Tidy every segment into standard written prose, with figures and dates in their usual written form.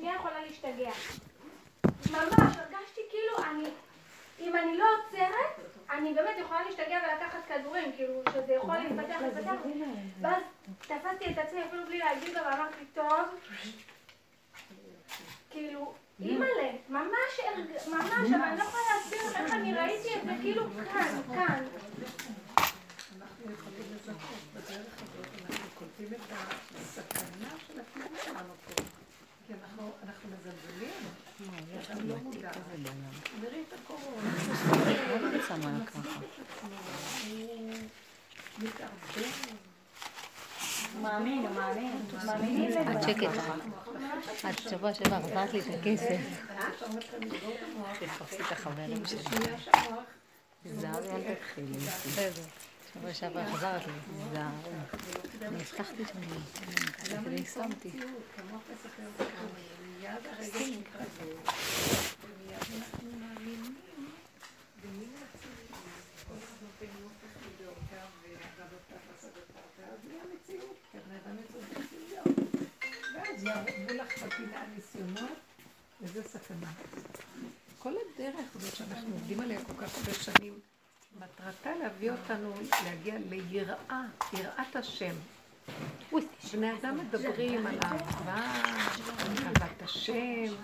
בשנייה יכולה להשתגע. ממש, הרגשתי כאילו אם אני לא עוצרת, אני באמת יכולה להשתגע ולקחת כדורים, כאילו שזה יכול להתפתח. ואז תפסתי את עצמי אפילו בלי להגיד לו ואמרתי, טוב, כאילו, אימא'לה, ממש, אבל אני לא יכולה להסביר לך איך אני ראיתי את זה, כאילו כאן. אנחנו יכולים לזכות בדרך הזאת, אנחנו קולטים את הסכנה של הקיום שלנו פה. כי אנחנו מזלזלים, אנחנו לא מודע. נראית את הקורונה. לא נצמה ככה. מתערבב. מאמין. את שקט. את שבוע שעבר עברת לי את הכסף. תחפשי את החברים שלי. זהר אל תתחילי. בסדר. שבוע שעבר חזרת לי. זהר. אני הבטחתי שאני שמתי. ואז יערבו לך בפינה הניסיונות, וזה סכנה. כל הדרך הזאת שאנחנו עובדים עליה כל כך הרבה שנים, מטרתה להביא אותנו להגיע ליראה, יראת השם. בני אדם מדברים על אהבה, אהבת השם,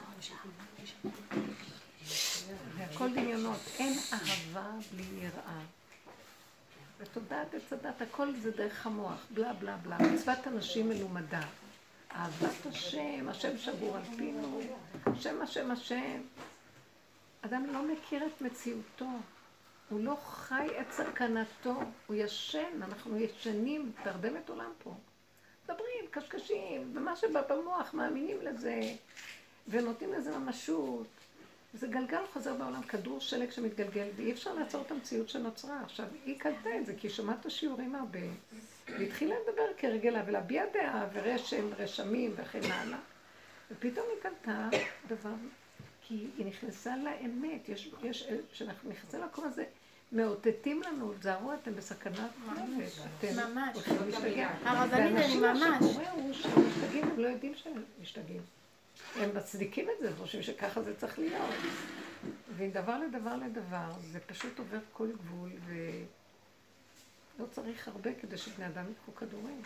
והכל דמיונות. אין אהבה בלי יראה. ותודעת הצדת, הכל זה דרך המוח, בלה בלה בלה. מצוות אנשים מלומדה. אהבת השם, השם שבור על פינו, השם. אדם לא מכיר את מציאותו. הוא לא חי את סכנתו, הוא ישן, אנחנו ישנים, תרדמת עולם פה. מדברים, קשקשים, ומה שבא במוח, מאמינים לזה, ונותנים לזה ממשות. זה גלגל חוזר בעולם, כדור שלג שמתגלגל, ואי אפשר לעצור את המציאות שנוצרה. עכשיו, היא קלטה את זה, כי היא שמעת השיעורים הרבה, והתחילה לדבר כרגלה, ולהביע דעה, רשמים וכן הלאה. ופתאום היא קלטה דבר, כי היא נכנסה לאמת, כשאנחנו נכנסים למקום הזה, מאותתים לנו, תזהרו, אתם בסכנת מוות, אתם הולכים להשתגע. הרבנית, אני ממש. ואנשים שקורה הוא שהם משתגעים, הם לא יודעים שהם משתגעים. הם מצדיקים את זה, חושבים שככה זה צריך להיות. ודבר לדבר, זה פשוט עובר כל גבול, ולא צריך הרבה כדי שבני אדם יקחו כדורים.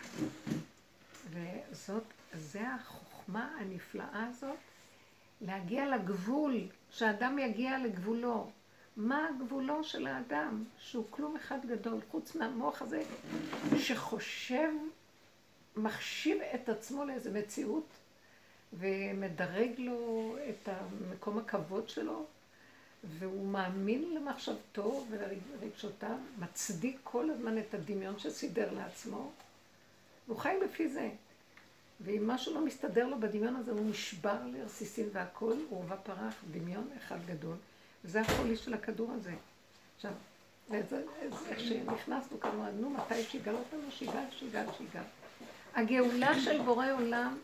זה החוכמה הנפלאה הזאת, להגיע לגבול, שהאדם יגיע לגבולו. מה הגבולו של האדם? שהוא כלום אחד גדול, חוץ מהמוח הזה, שחושב, מחשיב את עצמו לאיזו מציאות, ומדרג לו את המקום הכבוד שלו, והוא מאמין למחשבתו ולרגשותיו, מצדיק כל הזמן את הדמיון שסידר לעצמו, והוא חי לפי זה. ואם משהו לא מסתדר לו בדמיון הזה, הוא נשבר לרסיסים והכל, הוא עובר פרח, דמיון אחד גדול. וזה החולי של הכדור הזה. עכשיו, איך שנכנסנו כאן, נו, מתי שיגל אותנו? שיגל. הגאולה של בורא עולם,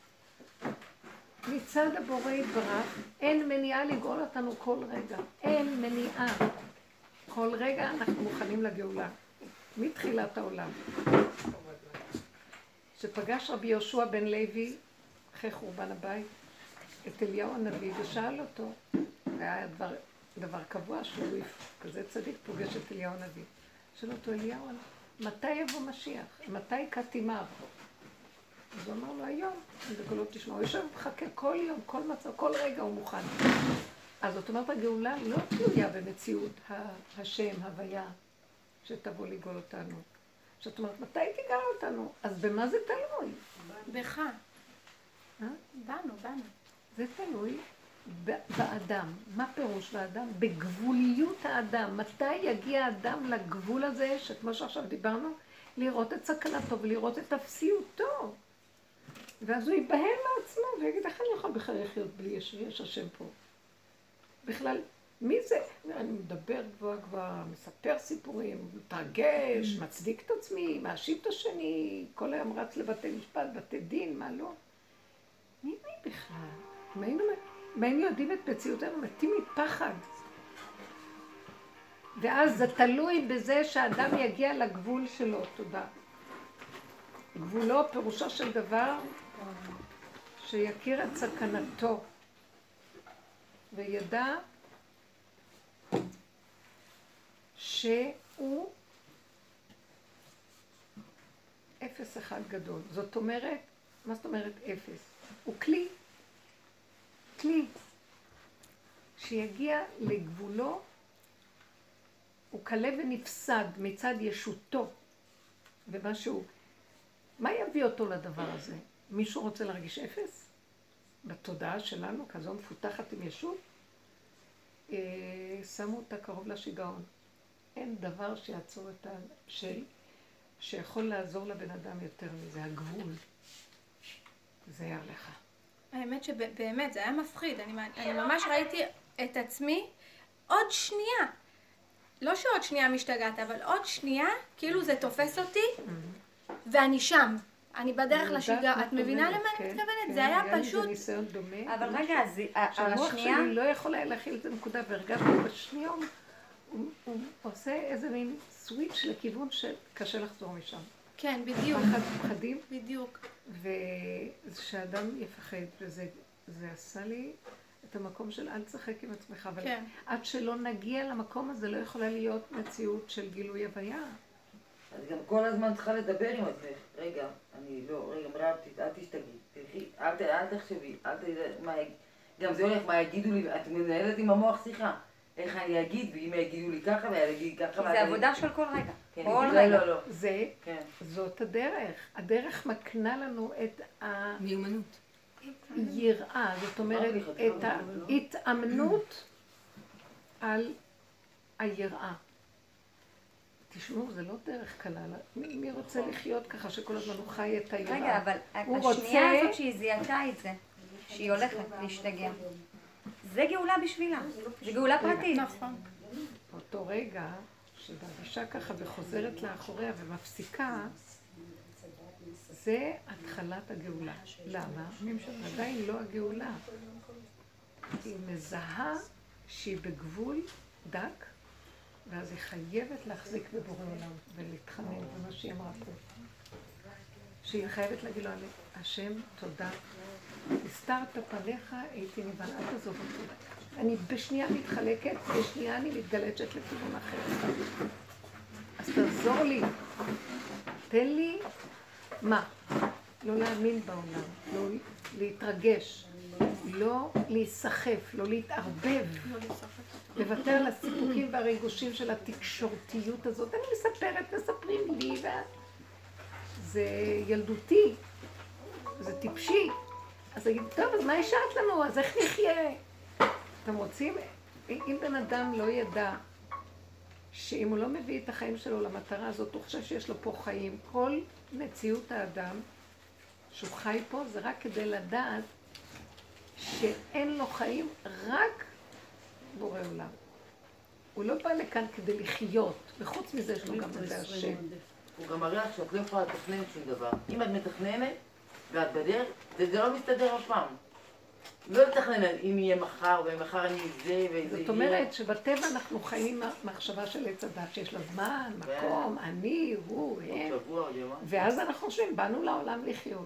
מצד הבורא יתברך, אין מניעה לגאול אותנו כל רגע. אין מניעה. כל רגע אנחנו מוכנים לגאולה. מתחילת העולם. שפגש רבי יהושע בן לוי, אחרי חורבן הבית, את אליהו הנביא, ושאל אותו, והיה דבר קבוע שהוא כזה צדיק פוגש את אליהו הנביא. שאל אותו, אליהו, מתי יבוא משיח? מתי כתימיו? אז הוא אמר לו, היום, בקולו תשמע, הוא יושב ומחכה כל יום, כל מצב, כל רגע הוא מוכן. אז זאת אומרת, הגאולה לא תלויה במציאות השם, הוויה, שתבוא לגאול אותנו. זאת אומרת, מתי תגאל אותנו? אז במה זה תלוי? בך. בנו. זה תלוי באדם. מה פירוש באדם? בגבוליות האדם. מתי יגיע האדם לגבול הזה, שכמו שעכשיו דיברנו, לראות את סכנתו ולראות את אפסיותו. ואז הוא ייבהל מעצמו ויגיד, איך אני יכול בכלל לחיות בלי יש השם פה? בכלל, מי זה? אני מדבר גבוה, מספר סיפורים, מתרגש, מצדיק את עצמי, מאשים את השני, כל היום רץ לבתי משפט, בתי דין, מה לא? מי בכלל? אם היינו יודעים את מציאותנו, מתים מפחד. ואז זה תלוי בזה שהאדם יגיע לגבול שלו, תודה. גבולו, פירושו של דבר, שיכיר את סכנתו וידע שהוא אפס אחד גדול. זאת אומרת, מה זאת אומרת אפס? הוא כלי. כלי. שיגיע לגבולו, הוא קלה ונפסד מצד ישותו ומשהו. מה יביא אותו לדבר הזה? מישהו רוצה להרגיש אפס? בתודעה שלנו, כזו מפותחת עם ישות? שמו אותה קרוב לשיגעון. אין דבר שיעצור את שיכול לעזור לבן אדם יותר מזה, הגבול. זה היה לך. האמת שבאמת זה היה מפחיד. אני ממש ראיתי את עצמי עוד שנייה. לא שעוד שנייה משתגעת, אבל עוד שנייה, כאילו זה תופס אותי, ואני שם. אני בדרך לשגרה. את מבינה למה אני מתכוונת? זה היה פשוט... זה ניסיון דומה. אבל רגע, אז שהמוח השנייה... שלי לא יכול היה להכיל את הנקודה, והרגשתי בשנייה, הוא עושה איזה מין סוויץ' לכיוון שקשה לחזור משם. כן, בדיוק. פחדים. בדיוק. ושאדם יפחד, וזה עשה לי את המקום של אל תשחק עם עצמך, אבל כן. עד שלא נגיע למקום הזה לא יכולה להיות מציאות של גילוי הוויה. אז גם כל הזמן צריכה לדבר עם עצמך. רגע, אני לא, רגע, מרב, אל תשתגעי, תלכי, אל תחשבי, אל תדע, גם זה הולך, מה יגידו לי, את מנהלת עם המוח שיחה. איך אני אגיד, ואם יגידו לי ככה, ויגיד ככה, זה עבודה של כל רגע. כן, כל לא, רגע. לא. זאת הדרך. הדרך מקנה לנו את מיומנות. היראה, זאת אומרת, את ההתאמנות על היראה. תשמעו, זה לא דרך קלה. מי רוצה לחיות ככה שכל הזמן הוא חי את היראה? רגע, אבל השנייה הזאת שהיא זיהתה את זה, שהיא הולכת להשתגע, זה גאולה בשבילה. זה גאולה פרטית. נכון. באותו רגע, שבאישה ככה וחוזרת לאחוריה ומפסיקה, זה התחלת הגאולה. למה? עדיין לא הגאולה. היא מזהה שהיא בגבול דק, ואז היא חייבת להחזיק בבורא עולם ולהתחנן, זה מה שהיא אמרה פה. שהיא חייבת להגיד לו, השם, תודה. הסתרת פניך, הייתי ניבן, אל תעזוב אותי. אני בשנייה מתחלקת, בשנייה אני מתגלצת לכיוון אחר. אז תעזור לי, תן לי מה? לא להאמין בעולם, לא להתרגש, לא להיסחף, לא להתערבב, לוותר על הסיפוקים והריגושים של התקשורתיות הזאת. אני מספרת, מספרים לי, זה ילדותי, זה טיפשי. אז אגיד, טוב, אז מה השארת לנו? אז איך נחיה? אתם רוצים? אם בן אדם לא ידע שאם הוא לא מביא את החיים שלו למטרה הזאת, הוא חושב שיש לו פה חיים. כל מציאות האדם שהוא חי פה זה רק כדי לדעת שאין לו חיים, רק בורא עולם. הוא לא בא לכאן כדי לחיות, וחוץ מזה יש לו גם את השם. הוא גם מראה לך שאת לא יכולה לתכנן שום דבר. אם את מתכננת ואת בדרך, זה לא מסתדר אף פעם. לא לתכנן אם יהיה מחר, ומחר אני זה וזה. זאת אומרת שבטבע אנחנו חיים מחשבה של עץ הדת, שיש לה זמן, מקום, אני, הוא, הם. ואז אנחנו חושבים, באנו לעולם לחיות.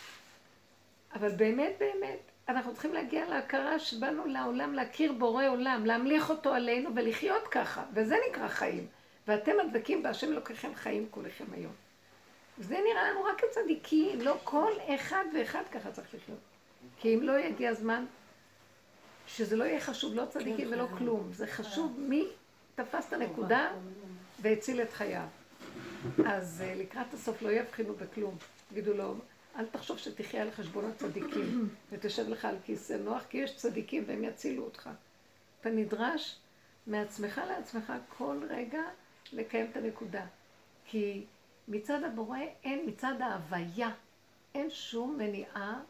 אבל באמת, באמת, אנחנו צריכים להגיע להכרה שבאנו לעולם להכיר בורא עולם, להמליך אותו עלינו ולחיות ככה, וזה נקרא חיים. ואתם מדבקים בהשם לוקחים חיים כולכם היום. זה נראה לנו רק הצדיקים, לא כל אחד ואחד ככה צריך לחיות. כי אם לא יגיע הזמן שזה לא יהיה חשוב, לא צדיקים ולא כלום. זה חשוב מי תפס את הנקודה והציל את חייו. אז לקראת הסוף לא יבחינו בכלום. תגידו לו, אל תחשוב שתחיה על חשבון הצדיקים ותשב לך על כיסא נוח, כי יש צדיקים והם יצילו אותך. אתה נדרש מעצמך לעצמך כל רגע לקיים את הנקודה. כי מצד הבורא אין, מצד ההוויה, אין שום מניעה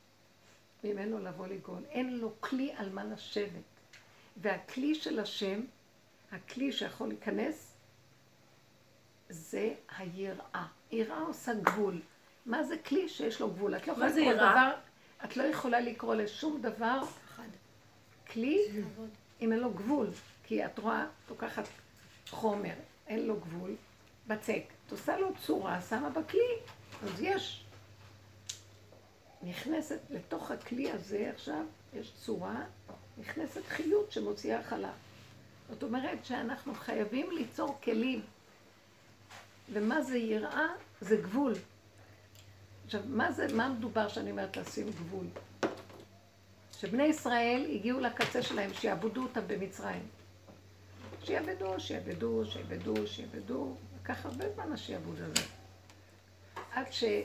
ממנו לבוא לגאול. אין לו כלי על מה לשבת. והכלי של השם, הכלי שיכול להיכנס, זה היראה. יראה עושה גבול. מה זה כלי שיש לו גבול? מה זה יראה? את לא יכולה לקרוא לשום דבר כלי אם אין לו גבול. כי את רואה, תוקחת חומר, אין לו גבול, בצק. את עושה לו צורה, שמה בכלי, אז יש. נכנסת לתוך הכלי הזה עכשיו, יש צורה, נכנסת חיות שמוציאה חלב. זאת אומרת שאנחנו חייבים ליצור כלים. ומה זה יראה? זה גבול. עכשיו, מה מדובר שאני אומרת לשים גבול? שבני ישראל הגיעו לקצה שלהם, שיעבדו אותם במצרים. שיעבדו. לקח הרבה זמן השיעבוד הזה. עד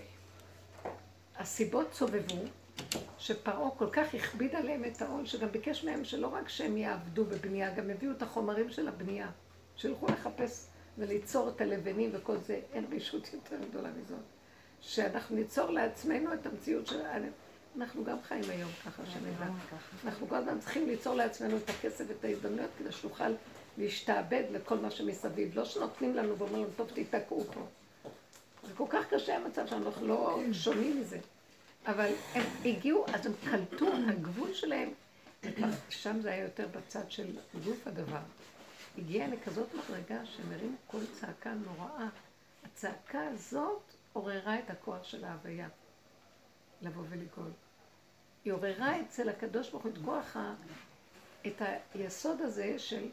שהסיבות סובבו, שפרעה כל כך הכביד עליהם את העול, שגם ביקש מהם שלא רק שהם יעבדו בבנייה, גם הביאו את החומרים של הבנייה, שילכו לחפש וליצור את הלבנים וכל זה. אין בישות יותר גדולה מזאת. שאנחנו ניצור לעצמנו את המציאות של... אנחנו גם חיים היום ככה שנדע. אנחנו כל הזמן צריכים ליצור לעצמנו את הכסף ואת ההזדמנויות כדי שנוכל להשתעבד לכל מה שמסביב. לא שנותנים לנו ואומרים לנו, טוב, תתקעו פה. זה כל כך קשה המצב שאנחנו לא שונים מזה. אבל הם הגיעו, אז הם קלטו, הגבול שלהם, שם זה היה יותר בצד של גוף הדבר. הגיע לכזאת מדרגה שמרים כל צעקה נוראה. הצעקה הזאת עוררה את הכוח של ההוויה, לבוא ולגאול. היא עוררה אצל הקדוש ברוך הוא את כוח, את היסוד הזה של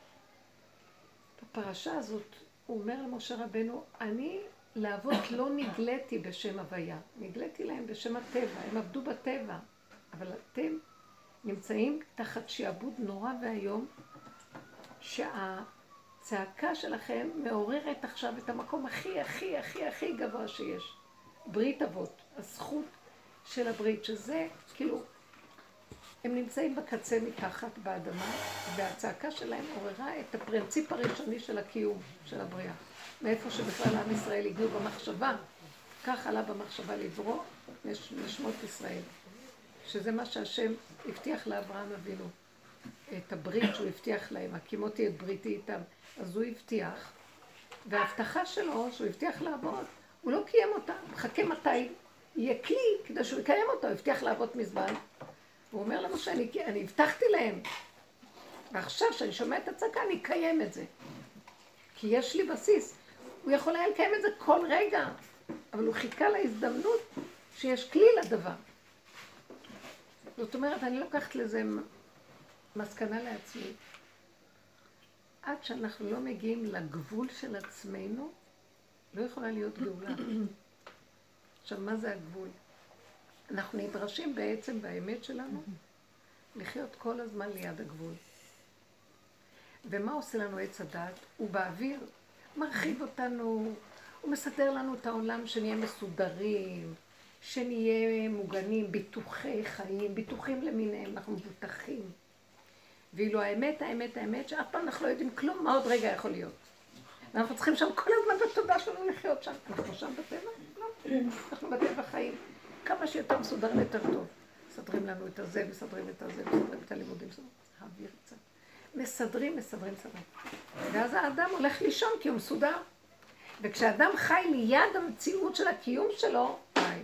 הפרשה הזאת. הוא אומר למשה רבנו, אני לאבות לא נגלתי בשם הוויה, נגלתי להם בשם הטבע, הם עבדו בטבע, אבל אתם נמצאים תחת שיעבוד נורא והיום, שהצעקה שלכם מעוררת עכשיו את המקום הכי גבוה שיש. ברית אבות, הזכות של הברית, שזה כאילו, הם נמצאים בקצה מתחת באדמה, והצעקה שלהם עוררה את הפרינציפ הראשוני של הקיום, של הבריאה. מאיפה שבכלל עם ישראל הגיעו במחשבה, כך עלה במחשבה לברוא נשמות ישראל. שזה מה שהשם הבטיח לאברהם אבינו. את הברית שהוא הבטיח להם, הקימותי את בריתי איתם. אז הוא הבטיח, וההבטחה שלו, שהוא הבטיח לעבוד, הוא לא קיים אותה. מחכה מתי יהיה כלי כדי שהוא יקיים אותו. הוא הבטיח לעבוד מזמן. הוא אומר לנו שאני הבטחתי להם. ועכשיו שאני שומע את הצעקה, אני אקיים את זה. כי יש לי בסיס. הוא יכול היה לקיים את זה כל רגע, אבל הוא חיכה להזדמנות שיש כלי לדבר. זאת אומרת, אני לוקחת לזה מסקנה לעצמי. עד שאנחנו לא מגיעים לגבול של עצמנו, לא יכולה להיות גאולה. עכשיו, מה זה הגבול? אנחנו נדרשים בעצם באמת שלנו לחיות כל הזמן ליד הגבול. ומה עושה לנו עץ הדת? הוא באוויר, מרחיב אותנו, הוא מסדר לנו את העולם שנהיה מסודרים, שנהיה מוגנים, ביטוחי חיים, ביטוחים למיניהם, אנחנו מבוטחים. ואילו האמת, שאף פעם אנחנו לא יודעים כלום, מה עוד רגע יכול להיות. אנחנו צריכים שם כל הזמן בתודה שלנו לחיות שם. אנחנו שם בטבע? לא. אנחנו בטבע חיים. כמה שיותר מסודרים יותר טוב. מסדרים לנו את הזה, מסדרים את הזה, מסדרים את הלימודים. האוויר קצת. מסדרים. ואז האדם הולך לישון כי הוא מסודר. וכשאדם חי ליד המציאות של הקיום שלו,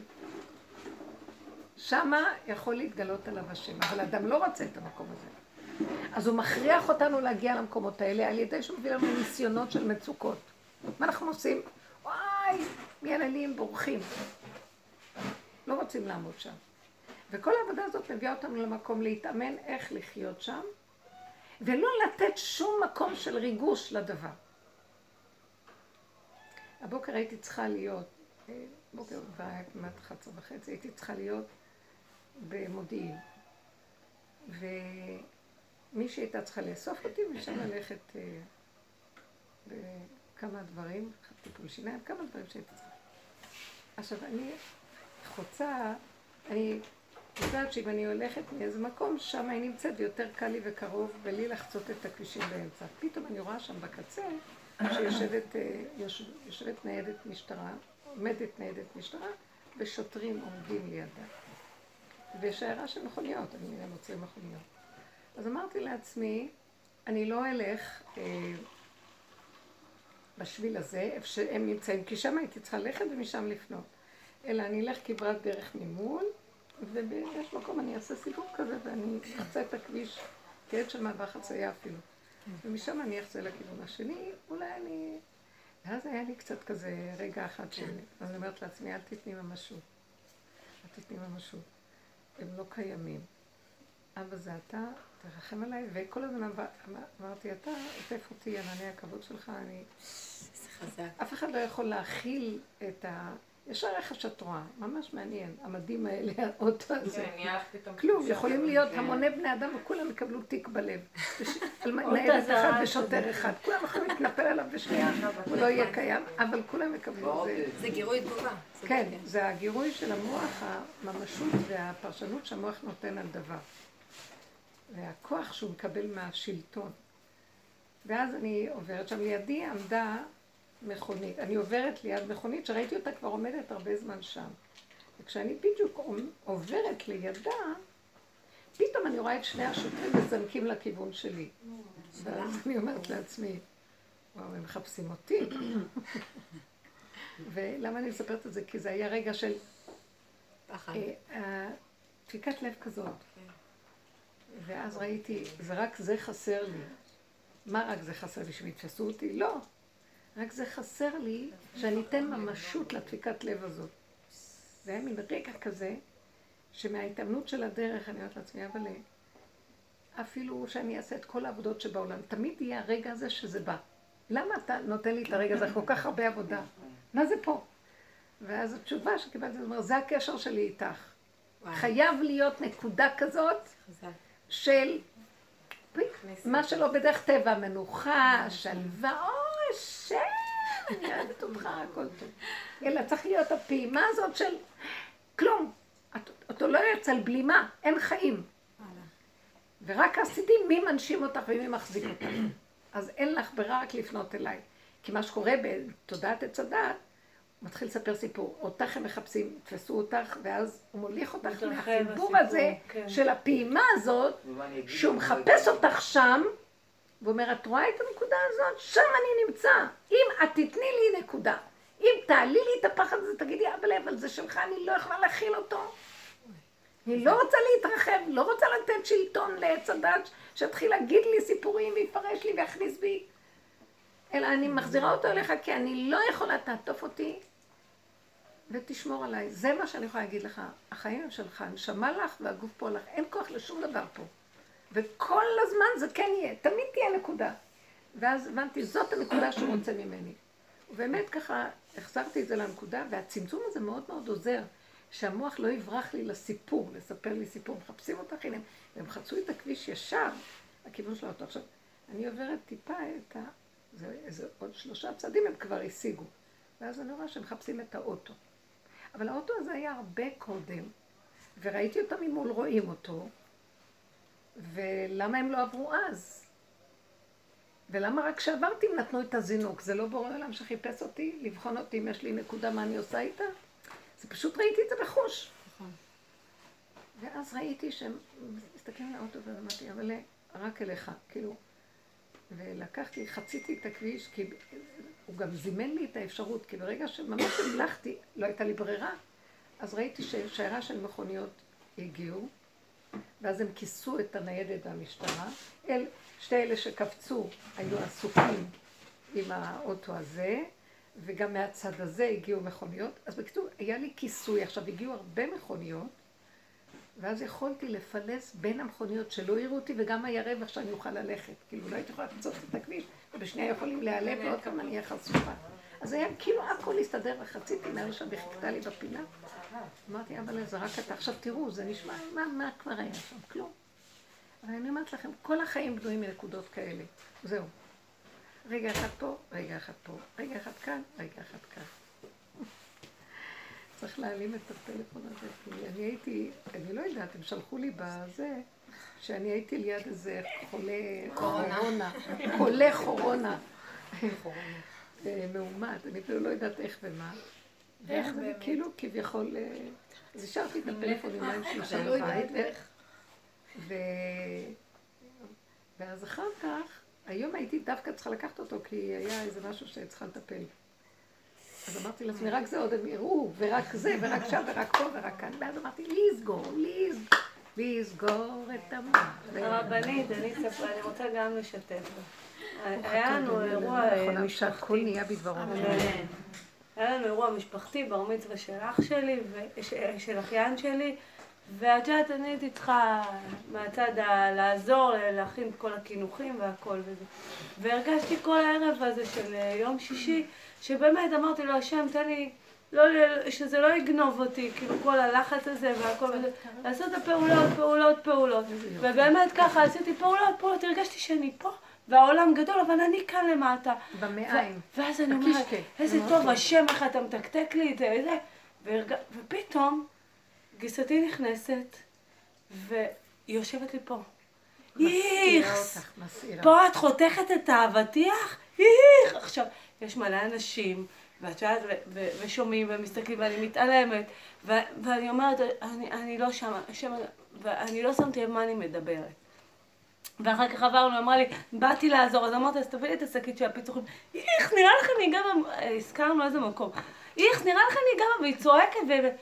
שמה יכול להתגלות עליו השם. אבל האדם לא רוצה את המקום הזה. אז הוא מכריח אותנו להגיע למקומות האלה על ידי שהוא מביא לנו ניסיונות של מצוקות. מה אנחנו עושים? וואי, ילדים בורחים. לא רוצים לעמוד שם. וכל העבודה הזאת מביאה אותנו למקום להתאמן איך לחיות שם, ולא לתת שום מקום של ריגוש לדבר. הבוקר הייתי צריכה להיות, בוקר כבר היה כמעט 11:30, הייתי צריכה להיות במודיעין. ומישהי הייתה צריכה לאסוף אותי, ושם ללכת בכמה דברים, טיפול שיניים, כמה דברים שהייתי צריכה. עכשיו, אני חוצה, אני יודעת שאם אני הולכת מאיזה מקום, שם היא נמצאת ויותר קל לי וקרוב, ולי לחצות את הכבישים באמצע. פתאום אני רואה שם בקצה, שיושבת ניידת משטרה, עומדת ניידת משטרה, ושוטרים עומדים לידה. ושיירה של מכוניות, אני מוצאים מכוניות. אז אמרתי לעצמי, אני לא אלך בשביל הזה, איפה שהם נמצאים, כי שם הייתי צריכה ללכת ומשם לפנות. אלא אני אלך כברת דרך ממול, ויש מקום, אני אעשה סיבוב כזה, ואני אחצה את הכביש, כעת של מעבר חצייה אפילו. ומשם אני אחצה לכיוון השני, אולי אני... ואז היה לי קצת כזה רגע אחד שלי. אז אני אומרת לעצמי, אל תתני ממשות. תתני ממשות. הם לא קיימים. אבא זה אתה, תרחם עליי, וכל הזמן אמרתי, אתה עוטף אותי על עני הכבוד שלך, אני... אף אחד לא יכול להכיל את ה... ישר איך שאת רואה, ממש מעניין, המדים האלה, האוטו הזה. כלום, יכולים להיות המוני בני אדם וכולם יקבלו תיק בלב. על ניידת אחד ושוטר אחד, כולם יכולים להתנפל עליו בשנייה, הוא לא יהיה קיים, אבל כולם יקבלו. זה גירוי תגובה. כן, זה הגירוי של המוח, הממשות והפרשנות שהמוח נותן על דבר. והכוח שהוא מקבל מהשלטון. ואז אני עוברת שם, לידי עמדה מכונית. אני עוברת ליד מכונית שראיתי אותה כבר עומדת הרבה זמן שם. וכשאני בדיוק עוברת לידה, פתאום אני רואה את שני השוטרים מזנקים לכיוון שלי. ואז אני אומרת לעצמי, וואו, הם מחפשים אותי. ולמה אני מספרת את זה? כי זה היה רגע של דפיקת לב כזאת. ואז ראיתי, רק זה חסר לי. מה רק זה חסר לי? שיתפסו אותי? לא. רק זה חסר לי שאני אתן ממשות לדפיקת לב הזאת. זה היה מין רגע כזה, שמההתאמנות של הדרך, אני אומרת לעצמי, אבל אפילו שאני אעשה את כל העבודות שבעולם, תמיד יהיה הרגע הזה שזה בא. למה אתה נותן לי את הרגע הזה? כל כך הרבה עבודה. מה זה פה? ואז התשובה שקיבלתי, זאת אומרת, זה הקשר שלי איתך. חייב להיות נקודה כזאת של מה שלא בדרך טבע, מנוחה, שלווה, אוי, שם, אני אוהבת אותך, הכל טוב. אלא צריך להיות הפעימה הזאת של כלום. אתה לא יוצא על בלימה, אין חיים. ורק עשיתי מי מנשים אותך ומי מחזיק אותך. אז אין לך ברירה רק לפנות אליי. כי מה שקורה בתודעת עץ הדת, הוא מתחיל לספר סיפור. אותך הם מחפשים, תפסו אותך, ואז הוא מוליך אותך מהחיבור הזה של הפעימה הזאת, שהוא מחפש אותך שם, ואומר, את רואה את הנקודה הזאת? שם אני נמצא. אם את תתני לי נקודה, אם תעלי לי את הפחד הזה, תגידי, אבל זה שלך, אני לא יכולה להכיל אותו. אני לא רוצה להתרחב, לא רוצה לתת שלטון לעץ הדת, שיתחיל להגיד לי סיפורים ויפרש לי ויכניס בי. אלא אני מחזירה אותו אליך, כי אני לא יכולה תעטוף אותי ותשמור עליי. זה מה שאני יכולה להגיד לך. החיים הם שלך, נשמה לך והגוף פה לך. אין כוח לשום דבר פה. וכל הזמן זה כן יהיה, תמיד תהיה נקודה. ואז הבנתי, זאת הנקודה שהוא רוצה ממני. ובאמת ככה החזרתי את זה לנקודה, והצמצום הזה מאוד מאוד עוזר, שהמוח לא יברח לי לסיפור, לספר לי סיפור. מחפשים אותך, הנה, והם חצו את הכביש ישר, הכיוון של האוטו. עכשיו, אני עוברת טיפה את איזה עוד 3 צעדים הם כבר השיגו. ואז אני רואה שהם מחפשים את האוטו. אבל האוטו הזה היה הרבה קודם, וראיתי אותם ממול רואים אותו, ולמה הם לא עברו אז? ולמה רק כשעברתי הם נתנו את הזינוק? זה לא בורא עולם שחיפש אותי, לבחון אותי אם יש לי נקודה מה אני עושה איתה? זה פשוט ראיתי את זה בחוש. ואז ראיתי שהם מסתכלים על האוטו ואמרתי, אבל רק אליך, כאילו. ולקחתי, חציתי את הכביש, כי הוא גם זימן לי את האפשרות, כי ברגע שממש המלכתי, לא הייתה לי ברירה, אז ראיתי ששיירה של מכוניות הגיעו, ואז הם כיסו את הניידת והמשטרה. שתי אלה שקפצו היו עסוקים עם האוטו הזה, וגם מהצד הזה הגיעו מכוניות. אז בקיצור, היה לי כיסוי, עכשיו הגיעו הרבה מכוניות, ואז יכולתי לפלס בין המכוניות שלא יראו אותי, וגם היה רווח שאני אוכל ללכת. כאילו, לא הייתי יכולה לצוץ את הכביש, ובשנייה יכולים להיעלב, ועוד כמה אני אהיה חשופה. אז היה כאילו הכל להסתדר, וחציתי מהר שם וחיכתה לי בפינה. אמרתי, אבל זה רק אתה. עכשיו תראו, זה נשמע, מה כבר היה שם? כלום. אבל אני אומרת לכם, כל החיים בנויים מנקודות כאלה. זהו. רגע אחד פה, רגע אחד פה, רגע אחד כאן, רגע אחד כאן. צריך להעלים את הטלפון הזה, כי אני הייתי, אני לא יודעת, הם שלחו לי בזה, שאני הייתי ליד איזה חולה קורונה, מאומת, אני אפילו לא יודעת איך ומה. איך באמת? כאילו כביכול, אז השארתי את הטלפון עם מים שלושה בבית, ואז אחר כך, היום הייתי דווקא צריכה לקחת אותו, כי היה איזה משהו שצריכה לטפל. אז אמרתי לעצמי, רק זה עוד הם יראו, ורק זה, ורק שם, ורק פה, ורק כאן. ואז אמרתי, לסגור את המוח. הרבנית, אני רוצה גם לשתף. היה לנו אירוע... שהכל נהיה בדברו. היה היה לנו אירוע משפחתי, בר מצווה של אח שלי, של אחיין שלי, ואת יודעת, אני הייתי צריכה מהצד לעזור, להכין את כל הכינוחים והכל וזה. והרגשתי כל הערב הזה של יום שישי, שבאמת אמרתי לו, השם, תן לי, שזה לא יגנוב אותי, כאילו כל הלחץ הזה והכל וזה, לעשות את הפעולות. ובאמת ככה עשיתי פעולות, הרגשתי שאני פה. והעולם גדול, אבל אני כאן למטה. במעיים. ואז אני אומרת, איזה טוב השם, איך אתה מתקתק לי את זה. ופתאום גיסתי נכנסת, והיא יושבת לי פה. איכס! פה את חותכת את האבטיח? איך! עכשיו, יש מלא אנשים, ואת יודעת, ושומעים ומסתכלים, ואני מתעלמת, ואני אומרת, אני לא שם, ואני לא שמתי לב מה אני מדברת. ואחר כך עברנו, אמרה לי, באתי לעזור, אז אמרתי, אז תביא לי את השקית של הפיצוחים. איך, נראה לך אני גם, הזכרנו איזה מקום. איך, נראה לך אני גם, והיא צועקת,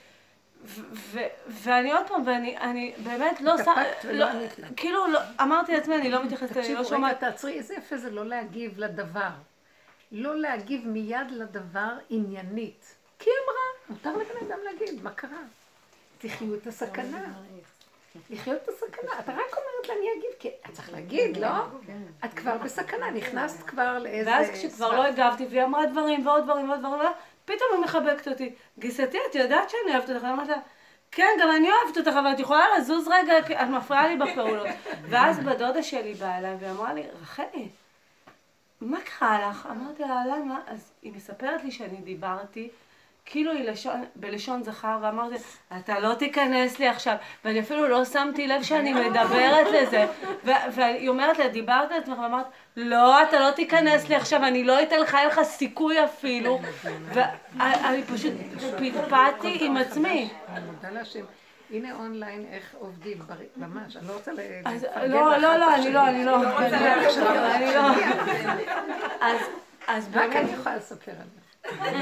ואני עוד פעם, ואני באמת לא כאילו, אמרתי לעצמי, אני לא מתייחסת, אני לא שומעת. רגע, תעצרי, איזה יפה זה לא להגיב לדבר. לא להגיב מיד לדבר עניינית. כי אמרה, מותר לבן אדם להגיד, מה קרה? תחיו את הסכנה. לחיות את הסכנה. אתה רק אומרת לה, אני אגיב, כי את צריך להגיד, לא? את כבר בסכנה, נכנסת כבר לאיזה... ואז כשכבר לא הגבתי, והיא אמרה דברים ועוד דברים, פתאום היא מחבקת אותי. גיסתי, את יודעת שאני אוהבת אותך? אני אומרת לה, כן, גם אני אוהבת אותך, אבל את יכולה לזוז רגע, את מפריעה לי בפעולות. ואז בדודה שלי באה אליי ואמרה לי, רחלי, מה קרה לך? אמרתי לה, למה? אז היא מספרת לי שאני דיברתי, כאילו היא בלשון זכר, ואמרתי, אתה לא תיכנס לי עכשיו, ואני אפילו לא שמתי לב שאני מדברת לזה, והיא אומרת לה, דיברת לעצמך, ואמרת, לא, אתה לא תיכנס לי עכשיו, אני לא אתן לך סיכוי אפילו, ואני פשוט פטפטתי עם עצמי. אני מודה להשם. הנה אונליין איך עובדים, ממש, אני לא רוצה לא, אני לא. אז רק אני יכולה לספר על זה.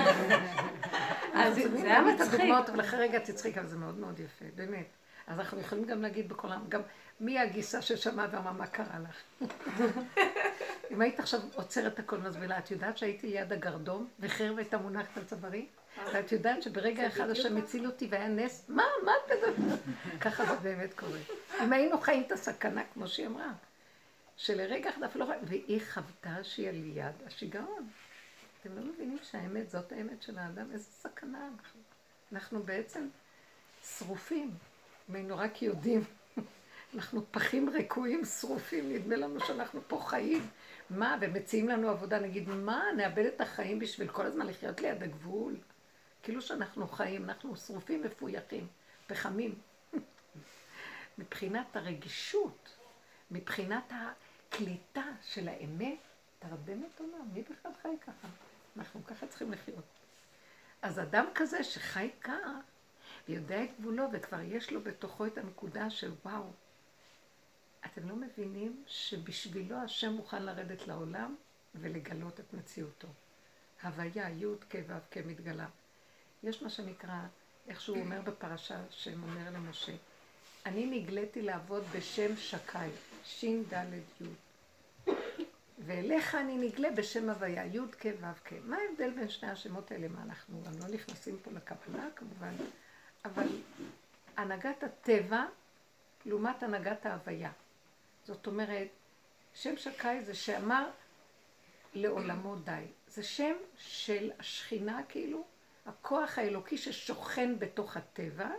אז זה היה מצחיק. אבל אחרי רגע תצחיק, אבל זה מאוד מאוד יפה, באמת. אז אנחנו יכולים גם להגיד בכל העם, גם מי הגיסה ששמעה ואמרה מה קרה לך? אם היית עכשיו עוצרת הכל מסבילה, את יודעת שהייתי ליד הגרדום וחרב הייתה מונחת על צווארי? ואת יודעת שברגע אחד השם הציל אותי והיה נס, מה את מדברת? ככה זה באמת קורה. אם היינו חיים את הסכנה, כמו שהיא אמרה, שלרגע אחד אפילו לא חיים, והיא חוותה שהיא על יד השיגעון. אתם לא מבינים שהאמת זאת האמת של האדם? איזה סכנה אנחנו. אנחנו בעצם שרופים, היינו רק יודעים. אנחנו פחים ריקויים, שרופים, נדמה לנו שאנחנו פה חיים. מה? ומציעים לנו עבודה, נגיד, מה? נאבד את החיים בשביל כל הזמן לחיות ליד הגבול? כאילו שאנחנו חיים, אנחנו שרופים מפויחים, פחמים. מבחינת הרגישות, מבחינת הקליטה של האמת, תרדמת עולם, מי בכלל חי ככה? אנחנו ככה צריכים לחיות. אז אדם כזה שחי כך, ויודע את גבולו, וכבר יש לו בתוכו את הנקודה של וואו, אתם לא מבינים שבשבילו השם מוכן לרדת לעולם ולגלות את מציאותו. הוויה, י' כ' ו' כ' מתגלה. יש מה שנקרא, איך שהוא אומר בפרשה, שם אומר למשה, אני נגליתי לעבוד בשם שקי, שין ד' י'. ואליך אני נגלה בשם הוויה, י' כ' ו' כ'. מה ההבדל בין שני השמות האלה? מה אנחנו גם לא נכנסים פה לקבלה כמובן, אבל הנהגת הטבע לעומת הנהגת ההוויה. זאת אומרת, שם שקי זה שאמר לעולמו די. זה שם של השכינה כאילו, הכוח האלוקי ששוכן בתוך הטבע,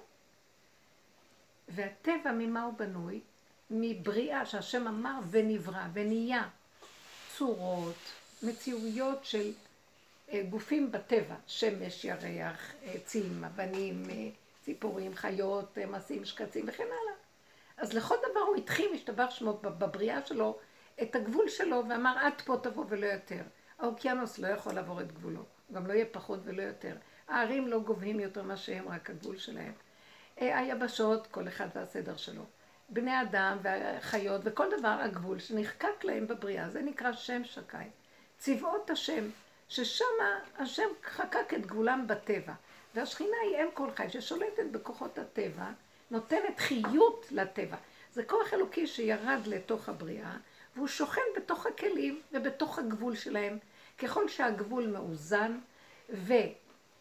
והטבע ממה הוא בנוי? מבריאה שהשם אמר ונברא ונהיה. צורות, מציאויות של גופים בטבע, שמש, ירח, צים, אבנים, ציפורים, חיות, מסים, שקצים וכן הלאה. אז לכל דבר הוא התחיל משתבח שמו בבריאה שלו את הגבול שלו ואמר עד פה תבוא ולא יותר. האוקיינוס לא יכול לעבור את גבולו, גם לא יהיה פחות ולא יותר. הערים לא גובהים יותר מה שהם, רק הגבול שלהם. היבשות, כל אחד והסדר שלו. בני אדם והחיות וכל דבר הגבול שנחקק להם בבריאה, זה נקרא שם שקי. צבאות השם, ששם השם חקק את גבולם בטבע. והשכינה היא אם כל חי ששולטת בכוחות הטבע, נותנת חיות לטבע. זה כוח אלוקי שירד לתוך הבריאה, והוא שוכן בתוך הכלים ובתוך הגבול שלהם. ככל שהגבול מאוזן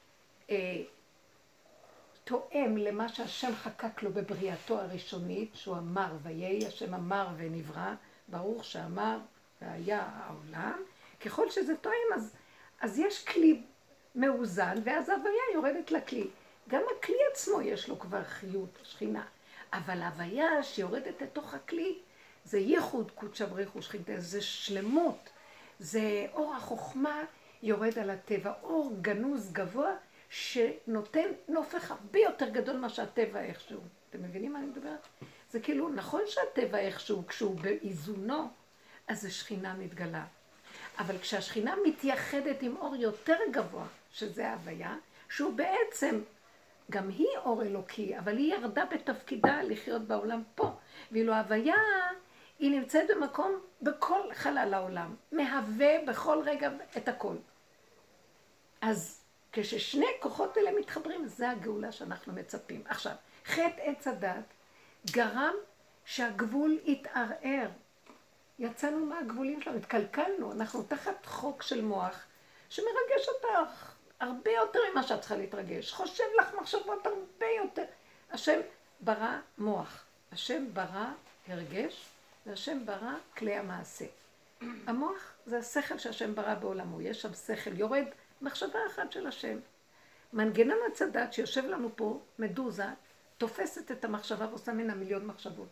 תואם למה שהשם חקק לו בבריאתו הראשונית, שהוא אמר ויהי, השם אמר ונברא, ברוך שאמר והיה העולם, ככל שזה תואם אז יש כלי מאוזן, ואז ההוויה יורדת לכלי. גם הכלי עצמו יש לו כבר חיות, שכינה. אבל ההוויה שיורדת לתוך הכלי, זה ייחוד קודשא בריך הוא שכינתה, זה שלמות, זה אור החוכמה יורד על הטבע, אור גנוז גבוה, שנותן נופך הרבה יותר גדול מה שהטבע איכשהו. אתם מבינים מה אני מדברת? זה כאילו, נכון שהטבע איכשהו, כשהוא באיזונו, אז זה שכינה מתגלה. אבל כשהשכינה מתייחדת עם אור יותר גבוה, שזה ההוויה, שהוא בעצם, גם היא אור אלוקי, אבל היא ירדה בתפקידה לחיות בעולם פה. ואילו ההוויה, היא נמצאת במקום, בכל חלל העולם, מהווה בכל רגע את הכל. אז כששני כוחות אלה מתחברים, זה הגאולה שאנחנו מצפים. עכשיו, חטא עץ הדת גרם שהגבול יתערער. יצאנו מהגבולים שלנו, התקלקלנו, אנחנו תחת חוק של מוח שמרגש אותך הרבה יותר ממה שאת צריכה להתרגש. חושב לך מחשבות הרבה יותר. השם ברא מוח, השם ברא הרגש, והשם ברא כלי המעשה. המוח זה השכל שהשם ברא בעולמו, יש שם שכל, יורד מחשבה אחת של השם. מנגנון עץ הדת שיושב לנו פה, מדוזה, תופסת את המחשבה ועושה מן המיליון מחשבות.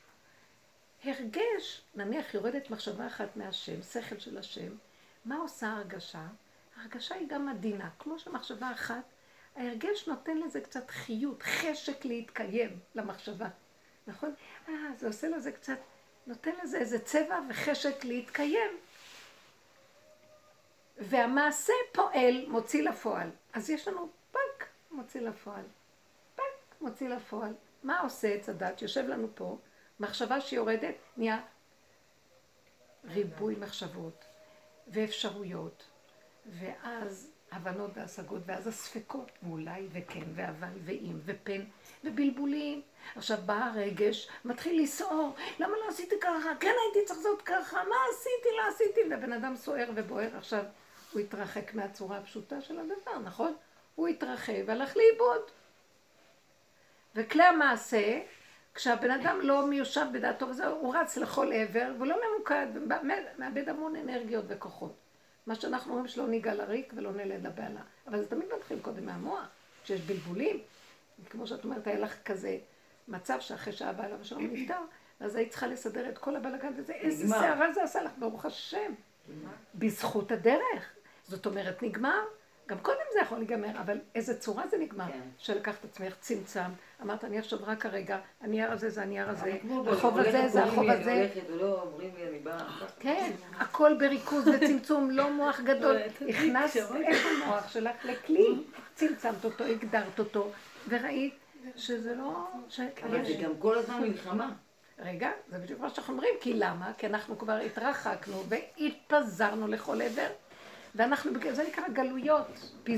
הרגש, נניח יורדת מחשבה אחת מהשם, שכל של השם, מה עושה ההרגשה? ההרגשה היא גם עדינה, כמו שמחשבה אחת, ההרגש נותן לזה קצת חיות, חשק להתקיים למחשבה, נכון? זה עושה לזה קצת, נותן לזה איזה צבע וחשק להתקיים. והמעשה פועל, מוציא לפועל. אז יש לנו פק, מוציא לפועל. פק, מוציא לפועל. מה עושה עץ הדת? יושב לנו פה, מחשבה שיורדת, נהיה ריבוי מחשבות ואפשרויות, ואז הבנות והשגות, ואז הספקות, ואולי וכן, ואבל ואם, ופן, ובלבולים. עכשיו בא הרגש, מתחיל לסעור, למה לא עשיתי ככה? כן הייתי צריך זאת ככה, מה עשיתי? לא עשיתי. והבן אדם סוער ובוער. עכשיו הוא התרחק מהצורה הפשוטה של הדבר, נכון? הוא התרחב והלך לאיבוד. וכלי המעשה, כשהבן אדם לא מיושב בדעתו וזה, הוא רץ לכל עבר, והוא לא ממוקד, מאבד המון אנרגיות וכוחות. מה שאנחנו אומרים שלא ניגע לריק ולא נלד לבעלה. אבל זה תמיד מתחיל קודם מהמוח, שיש בלבולים. כמו שאת אומרת, היה לך כזה מצב שאחרי שהבעלה ושלום נפטר, אז היית צריכה לסדר את כל הבלגן וזה, איזה שערה זה עשה לך, ברוך השם. בזכות הדרך. זאת אומרת, נגמר. גם קודם זה יכול להיגמר, אבל איזה צורה זה נגמר. שלקחת עצמך צמצם, אמרת, אני עכשיו רק הרגע, הנייר הזה זה הנייר הזה, החוב הזה זה החוב הזה. כן, הכל בריכוז וצמצום, לא מוח גדול. הכנסת את המוח שלך לכלי, צמצמת אותו, הגדרת אותו, וראית שזה לא... אבל זה גם כל הזמן מלחמה. רגע, זה בדיוק מה שאנחנו אומרים, כי למה? כי אנחנו כבר התרחקנו והתפזרנו לכל עבר. ואנחנו, זה נקרא גלויות,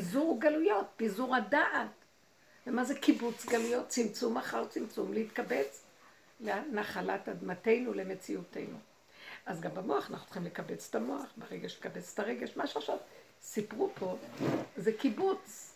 פיזור הדעת. ומה זה קיבוץ גלויות? צמצום אחר צמצום, להתקבץ לנחלת אדמתנו, למציאותנו. אז גם במוח אנחנו צריכים לקבץ את המוח, ברגש לקבץ את הרגש. מה שעכשיו סיפרו פה, זה קיבוץ.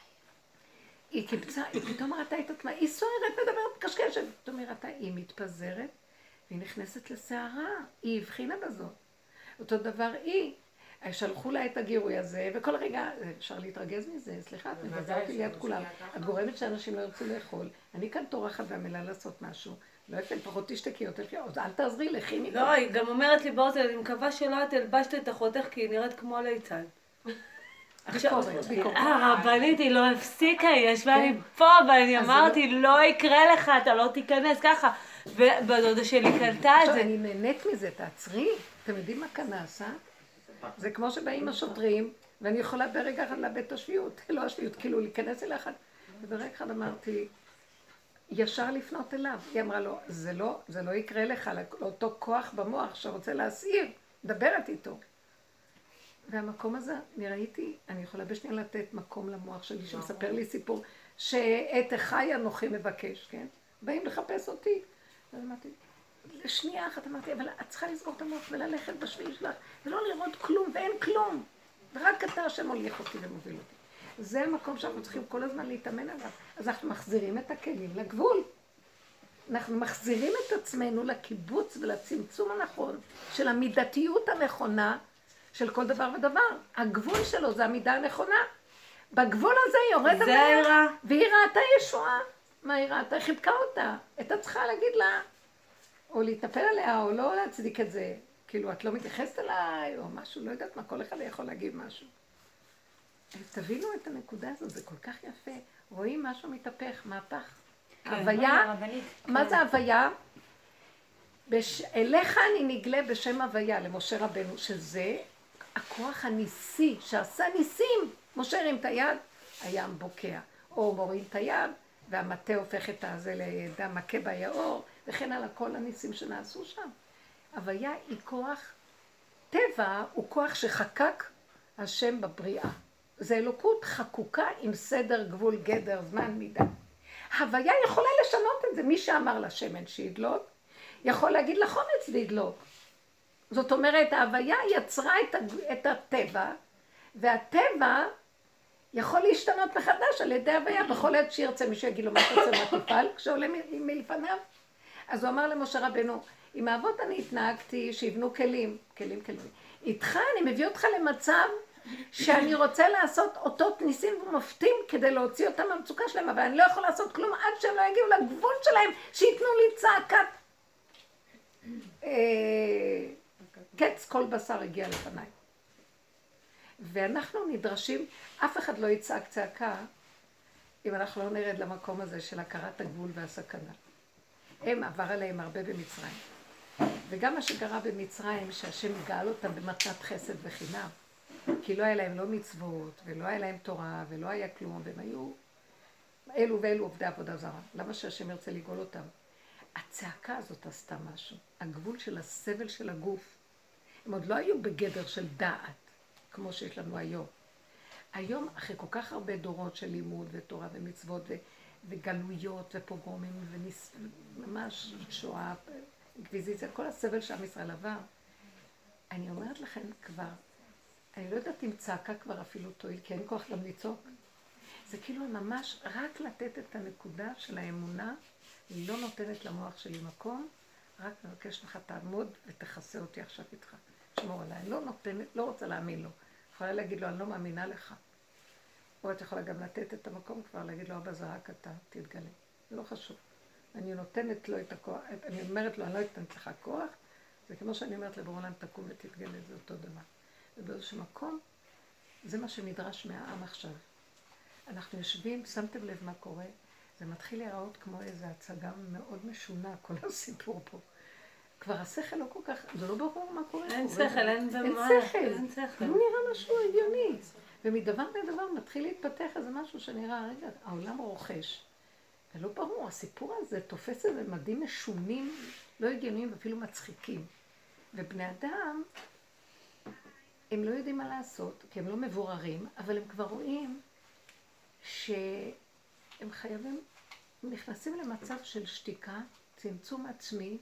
היא קיבצה, היא פתאום ראתה את עצמה, היא סוערת, מדברת, קשקשת. זאת אומרת, היא מתפזרת, והיא נכנסת לסערה, היא הבחינה בזאת. אותו דבר היא. שלחו לה את הגירוי הזה, וכל רגע, אפשר להתרגז מזה, סליחה, את מבזרת לי ליד כולם. את גורמת שאנשים לא ירצו לאכול. אני כאן טורחת ועמלה לעשות משהו. לא יפה, לפחות תשתקי יותר, אז אל תעזרי, לכי מפה. לא, היא גם אומרת לי באוזן, אני מקווה שלא את הלבשת את אחותך, כי היא נראית כמו ליצן. ביקורת. הרבנית היא לא הפסיקה, היא ישבה לי פה, ואני אמרתי, לא יקרה לך, אתה לא תיכנס ככה. ובדודה שלי קלטה את זה. אני נהנית מזה, תעצרי. אתם יודעים מה כאן נעשה? זה כמו שבאים השוטרים, ואני יכולה ברגע אחד לאבד את השפיות, לא השפיות, כאילו להיכנס אל אחד. וברגע אחד אמרתי, ישר לפנות אליו. היא אמרה לו, זה לא יקרה לך, לאותו כוח במוח שרוצה להסעיר, דברת איתו. והמקום הזה, אני יכולה בשנייה לתת מקום למוח שלי, שמספר לי סיפור, שאת אחי אנוכי מבקש, כן? באים לחפש אותי. אז אמרתי, לשנייה אחת אמרתי, אבל את צריכה לסגור את המוח וללכת בשביל שלך, ולא לראות כלום, ואין כלום. ורק אתה השם הוליך אותי ומוביל אותי. זה המקום שאנחנו צריכים כל הזמן להתאמן עליו. אז אנחנו מחזירים את הכלים לגבול. אנחנו מחזירים את עצמנו לקיבוץ ולצמצום הנכון של המידתיות הנכונה של כל דבר ודבר. הגבול שלו זה המידה הנכונה. בגבול הזה יורד המלך, והיא ראתה ישועה. מה היא ראתה? היא חיבקה אותה. הייתה צריכה להגיד לה, או להתנפל עליה, או לא להצדיק את זה. כאילו, את לא מתייחסת אליי, או משהו, לא יודעת מה, כל אחד יכול להגיד משהו. תבינו את הנקודה הזאת, זה כל כך יפה. רואים משהו מתהפך, מהפך. הוויה, מה זה הוויה? אליך אני נגלה בשם הוויה, למשה רבנו, שזה הכוח הניסי, שעשה ניסים. משה הרים את היד, הים בוקע. או מורים את היד, והמטה הופך את הזה לדם מכה ביאור, וכן על כל הניסים שנעשו שם. הוויה היא כוח, טבע הוא כוח שחקק השם בבריאה. זה אלוקות חקוקה עם סדר, גבול, גדר, זמן, מידה. הוויה יכולה לשנות את זה. מי שאמר לשמן שידלוק, יכול להגיד לחומץ וידלוק. זאת אומרת, ההוויה יצרה את הטבע, והטבע יכול להשתנות מחדש על ידי הוויה. בכל עת שירצה מישהו יגיד לו מה אתה רוצה מה תפעל, כשעולה מלפניו. אז הוא אמר למשה רבנו, עם האבות אני התנהגתי שיבנו כלים. איתך אני מביא אותך למצב שאני רוצה לעשות אותות ניסים ומופתים כדי להוציא אותם מהמצוקה שלהם, אבל אני לא יכול לעשות כלום עד שהם לא יגיעו לגבול שלהם, שיתנו לי צעקת. קץ כל בשר הגיע לפניי. ואנחנו נדרשים, אף אחד לא יצעק צעקה, אם אנחנו לא נרד למקום הזה של הכרת הגבול והסכנה. הם עבר עליהם הרבה במצרים. וגם מה שקרה במצרים, שהשם גאל אותם במתנת חסד וחינם, כי לא היה להם לא מצוות, ולא היה להם תורה, ולא היה כלום, והם היו אלו ואלו עובדי עבודה זרה. למה שהשם ירצה לגאול אותם? הצעקה הזאת עשתה משהו. הגבול של הסבל של הגוף. הם עוד לא היו בגדר של דעת, כמו שיש לנו היום. היום, אחרי כל כך הרבה דורות של לימוד ותורה ומצוות וגלויות ופוגרומים וממש שואה, אינקוויזיציה, כל הסבל שעם ישראל עבר, אני אומרת לכם כבר, אני לא יודעת אם צעקה כבר אפילו תועיל, כי אין כוח גם לצעוק. זה כאילו ממש רק לתת את הנקודה של האמונה, היא לא נותנת למוח שלי מקום, רק מבקש לך תעמוד ותכסה אותי עכשיו איתך. שמור עליי, אני לא נותנת, לא רוצה להאמין לו. יכולה להגיד לו, אני לא מאמינה לך. או את יכולה גם לתת את המקום כבר, להגיד לו, אבא זה רק אתה, תתגלה. זה לא חשוב. אני נותנת לו את הכוח, אני אומרת לו, אני לא אתנת לך כוח, זה כמו שאני אומרת לבורא עולם, תקום ותתגלה, זה אותו דבר. ובאיזשהו מקום, זה מה שנדרש מהעם עכשיו. אנחנו יושבים, שמתם לב מה קורה, זה מתחיל להיראות כמו איזו הצגה מאוד משונה, כל הסיפור פה. כבר השכל לא כל כך, זה לא ברור מה קורה. אין שכל, אין במה. אין שכל. לא נראה משהו הגיוני. ומדבר לדבר מתחיל להתפתח איזה משהו שנראה, רגע, העולם רוכש. ולא ברור, הסיפור הזה תופס איזה מדים משונים, לא הגיוניים ואפילו מצחיקים. ובני אדם, הם לא יודעים מה לעשות, כי הם לא מבוררים, אבל הם כבר רואים שהם חייבים, הם נכנסים למצב של שתיקה, צמצום עצמי,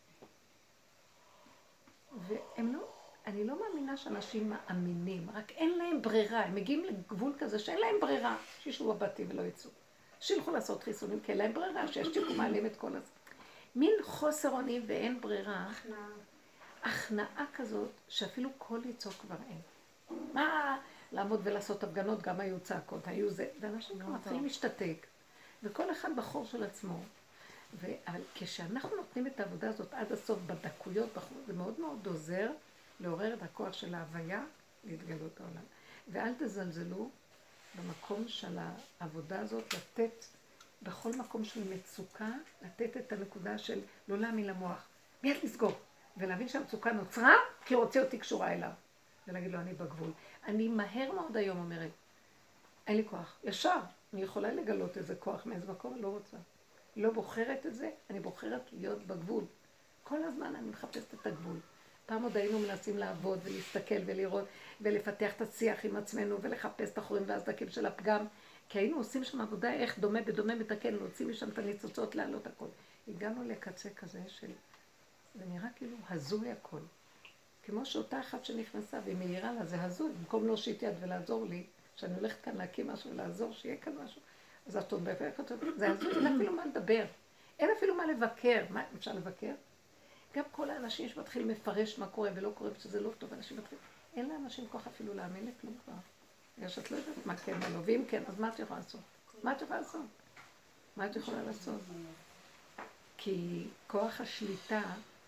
והם לא, אני לא מאמינה שאנשים מאמינים, רק אין להם ברירה, הם מגיעים לגבול כזה שאין להם ברירה, שישבו בבתים ולא יצאו. שילכו לעשות חיסונים, כי אין להם ברירה, שישתיקו מעלים את כל הזה. מין חוסר אונים ואין ברירה, הכנעה כזאת שאפילו כל לצעוק כבר אין. מה? לעמוד ולעשות הפגנות, גם היו צעקות, היו זה, ואנשים כבר מתחילים להשתתק, וכל אחד בחור של עצמו. אבל כשאנחנו נותנים את העבודה הזאת עד הסוף בדקויות, זה מאוד מאוד עוזר לעורר את הכוח של ההוויה להתגלות העולם. ואל תזלזלו במקום של העבודה הזאת, לתת בכל מקום של מצוקה, לתת את הנקודה של לא להאמין למוח, מיד לסגור, ולהבין שהמצוקה נוצרה, כי רוצה אותי קשורה אליו. ולהגיד לו, אני בגבול. אני מהר מאוד היום אומרת, אין לי כוח. ישר, אני יכולה לגלות איזה כוח מאיזה מקום, לא רוצה. לא בוחרת את זה, אני בוחרת להיות בגבול. כל הזמן אני מחפשת את הגבול. פעם עוד היינו מנסים לעבוד ולהסתכל ולראות ולפתח את השיח עם עצמנו ולחפש את החורים והסדקים של הפגם, כי היינו עושים שם עבודה איך דומה בדומה מתקן, להוציא משם את הניצוצות, להעלות הכל. הגענו לקצה כזה של, זה נראה כאילו הזוי הכל. כמו שאותה אחת שנכנסה והיא מהירה לה, זה הזוי, במקום להושיט יד ולעזור לי, שאני הולכת כאן להקים משהו ולעזור, שיהיה כאן משהו. אז את אומרת, זה אין אפילו מה לדבר, אין אפילו מה לבקר. מה אפשר לבקר? גם כל האנשים שמתחילים לפרש מה קורה ולא קורה, שזה לא טוב, אנשים מתחילים, אין לאנשים כוח אפילו להאמין לכלום כבר. בגלל שאת לא יודעת מה כן ולא, ואם כן, אז מה את יכולה לעשות? מה את יכולה לעשות? מה את יכולה לעשות? כי כוח השליטה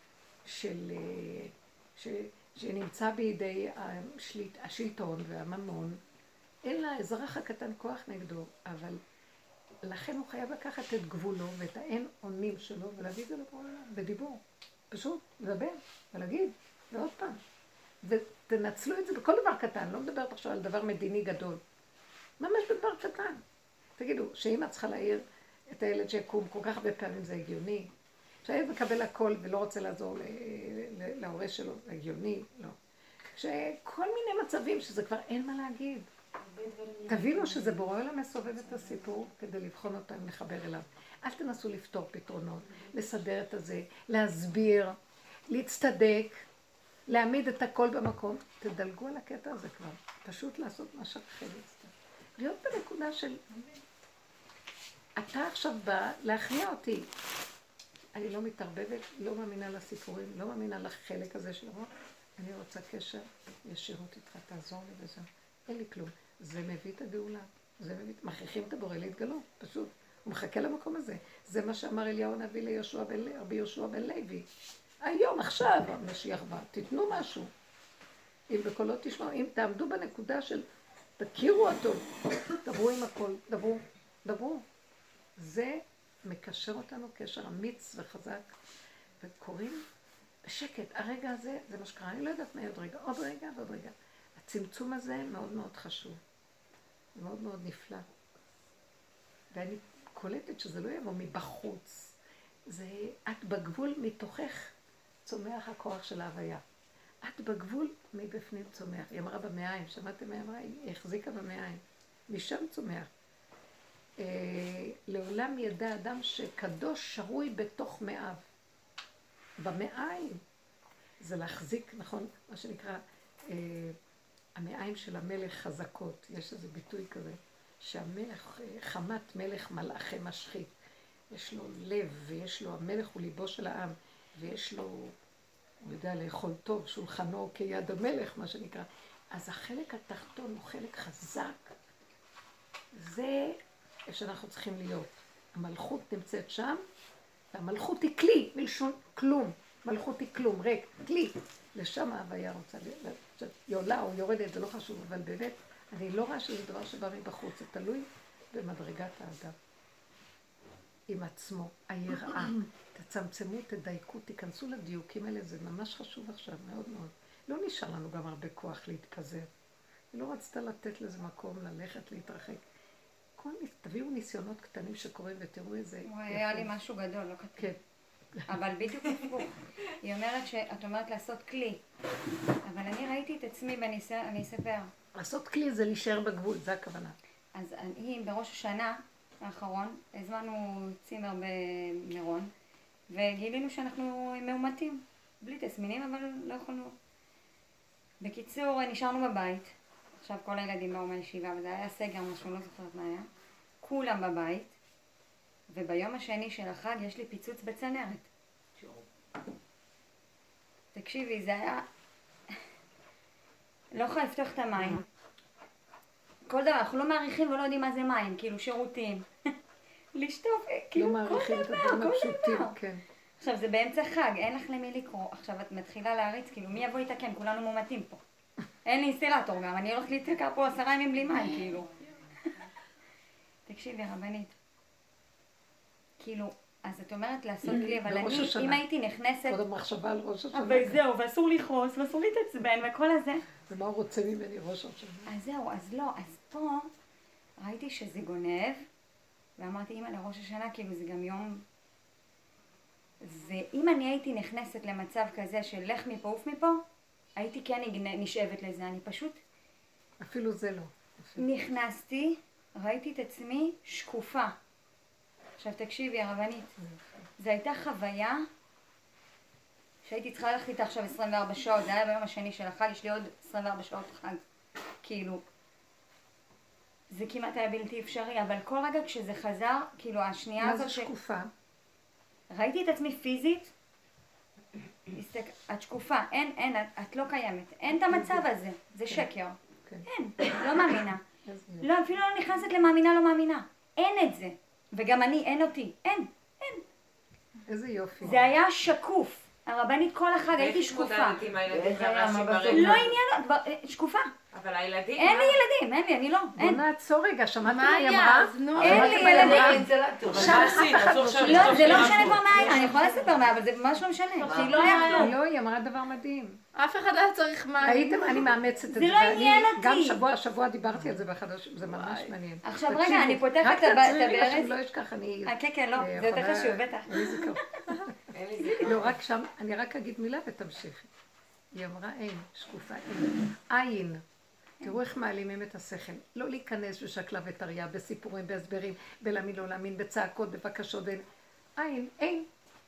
שנמצא בידי השלטון והממון, אין לאזרח הקטן כוח נגדו, אבל לכן הוא חייב לקחת את גבולו ואת האין אונים שלו ולהביא את זה לפה בדיבור. פשוט לדבר ולהגיד, ועוד פעם. ותנצלו את זה בכל דבר קטן, לא מדברת עכשיו על דבר מדיני גדול. ממש בדבר קטן. תגידו, שאמא צריכה להעיר את הילד שיקום כל כך הרבה פעמים זה הגיוני. שהילד מקבל הכל ולא רוצה לעזור להורה שלו, זה הגיוני, לא. שכל מיני מצבים שזה כבר אין מה להגיד. תבינו שזה בורא עולם מסובב את הסיפור כדי לבחון אותם, לחבר אליו. אל תנסו לפתור פתרונות, לסדר את הזה, להסביר, להצטדק, להעמיד את הכל במקום. תדלגו על הקטע הזה כבר. פשוט לעשות מה שאחר להצטדק. להיות בנקודה של אתה עכשיו בא להכניע אותי. אני לא מתערבבת, לא מאמינה לסיפורים, לא מאמינה לחלק הזה של הרוב. אני רוצה קשר, ישירות איתך, תעזור לי וזה. אין לי כלום. זה מביא את הגאולה. זה מביא, מכריחים את הבורא להתגלות, פשוט. הוא מחכה למקום הזה. זה מה שאמר אליהו הנביא ליהושע רבי יהושע בן לוי. היום, עכשיו, המשיח בא. תיתנו משהו. אם בקולו תשמעו, אם תעמדו בנקודה של תכירו אותו, דברו עם הכל, דברו. זה מקשר אותנו קשר אמיץ וחזק, וקוראים בשקט. הרגע הזה, זה מה שקרה, אני לא יודעת מה עוד רגע, עוד רגע ועוד רגע. הצמצום הזה מאוד מאוד חשוב, מאוד מאוד נפלא. ואני קולטת שזה לא יבוא מבחוץ, זה את בגבול מתוכך צומח הכוח של ההוויה. את בגבול מבפנים צומח. היא אמרה במעיים, שמעתם מה היא אמרה? היא החזיקה במעיים, משם צומח. לעולם ידע אדם שקדוש שרוי בתוך מאיו. במעיים זה להחזיק, נכון, מה שנקרא, המעיים של המלך חזקות. יש איזה ביטוי כזה, שהמלך, חמת מלך מלאכי משחית. יש לו לב, ויש לו, המלך הוא ליבו של העם, ויש לו, הוא יודע, לאכול טוב, שולחנו כיד המלך, מה שנקרא. אז החלק התחתון הוא חלק חזק. זה שאנחנו צריכים להיות. המלכות נמצאת שם, והמלכות היא כלי, מלשון כלום. מלכות היא כלום, ריק, כלי. לשם ההוויה רוצה, היא עולה או יורדת, זה לא חשוב, אבל באמת, אני לא רואה שזה דבר שבא מבחוץ, זה תלוי במדרגת האדם. עם עצמו, היראה, תצמצמו, תדייקו, תיכנסו לדיוקים האלה, זה ממש חשוב עכשיו, מאוד מאוד. לא נשאר לנו גם הרבה כוח להתפזר. היא לא רצתה לתת לזה מקום, ללכת, להתרחק. תביאו ניסיונות קטנים שקורים ותראו איזה... הוא היה לי משהו גדול, לא קטן. כן. אבל בדיוק הפוך. היא אומרת שאת אומרת לעשות כלי. אבל אני ראיתי את עצמי בניסיון, אני אספר. לעשות כלי זה להישאר בגבול, זה הכוונה. אז אני בראש השנה האחרון, הזמנו צימר במירון, וגילינו שאנחנו מאומתים. בלי תסמינים, אבל לא יכולנו. בקיצור, נשארנו בבית. עכשיו כל הילדים באו מהישיבה, וזה היה סגר, משהו, לא זוכרת מה היה. כולם בבית, וביום השני של החג יש לי פיצוץ בצנרת. תקשיבי, זה היה... לא יכולה לפתוח את המים. כל דבר, אנחנו לא מעריכים ולא יודעים מה זה מים, כאילו שירותים. לשטוף, כאילו כל דבר, כל דבר. כן. עכשיו זה באמצע חג, אין לך למי לקרוא. עכשיו את מתחילה להריץ, כאילו מי יבוא איתקן, כולנו מומתים פה. אין לי אינסטלטור גם, אני הולכת להתקע פה 10 ימים בלי מים, כאילו. תקשיבי, רבנית. כאילו, אז את אומרת לעשות לי, אבל אני, אם הייתי נכנסת... עוד המחשבה על ראש השנה. אבל זהו, ואסור לכעוס, ואסור להתעצבן, וכל הזה. ומה הוא רוצה ממני ראש השנה? אז זהו, אז לא, אז פה ראיתי שזה גונב, ואמרתי, אמא, לראש השנה, כאילו זה גם יום... ואם אני הייתי נכנסת למצב כזה של לך מפה, עוף מפה, הייתי כן נשאבת לזה, אני פשוט... אפילו זה לא. נכנסתי, ראיתי את עצמי שקופה. עכשיו תקשיבי, הרבנית, זו הייתה חוויה שהייתי צריכה ללכת איתה עכשיו 24 שעות, זה היה ביום השני של החג, יש לי עוד 24 שעות חג. כאילו, זה כמעט היה בלתי אפשרי, אבל כל רגע כשזה חזר, כאילו השנייה מה הזאת זה שקופה? ראיתי את עצמי פיזית, את שקופה, אין, את לא קיימת, אין את המצב הזה, זה שקר, כן. אין, לא מאמינה, לא, אפילו לא נכנסת למאמינה, לא מאמינה, אין את זה, וגם אני, אין אותי, אין. איזה יופי. זה היה שקוף, הרבנית כל החג, הייתי שקופה. איך התמודדת עם הילדים והרש"י לא ברקע? עניין, שקופה. אבל הילדים... אין לי ילדים, אין לי, אני לא, בוא אין. נעצור רגע, שמעתם מה מה היא היה? אמרה? אז נו, אין לי ילדים. שם אף אחד לא שומע. לא, זה לא משנה כבר מה היה, אני יכולה לספר מה, אבל זה ממש לא משנה, כי לא היה כלום. לא, היא אמרה דבר מדהים. אף אחד לא היה צריך מים. ראיתם? אני מאמצת את זה. זה לא עניין גם אותי. שבוע דיברתי על זה בחדש, זה ממש מעניין. עכשיו רגע, תקשיבו, אני פותחת רק את תעצרי רגע הברז. שאני לא אשכח, אני... כן, לא, זה יותר חשוב, בטח. אין לי זיכרון. לא, רק שם, אני רק אגיד מילה ותמשיכי. היא אמרה אין, שקופה, אין. עין. תראו איך מעלימים את השכל. לא להיכנס בשקלה וטריה, בסיפורים, בהסברים, בלהאמין לא להאמין, בצעקות, בבקשות, עין, אין.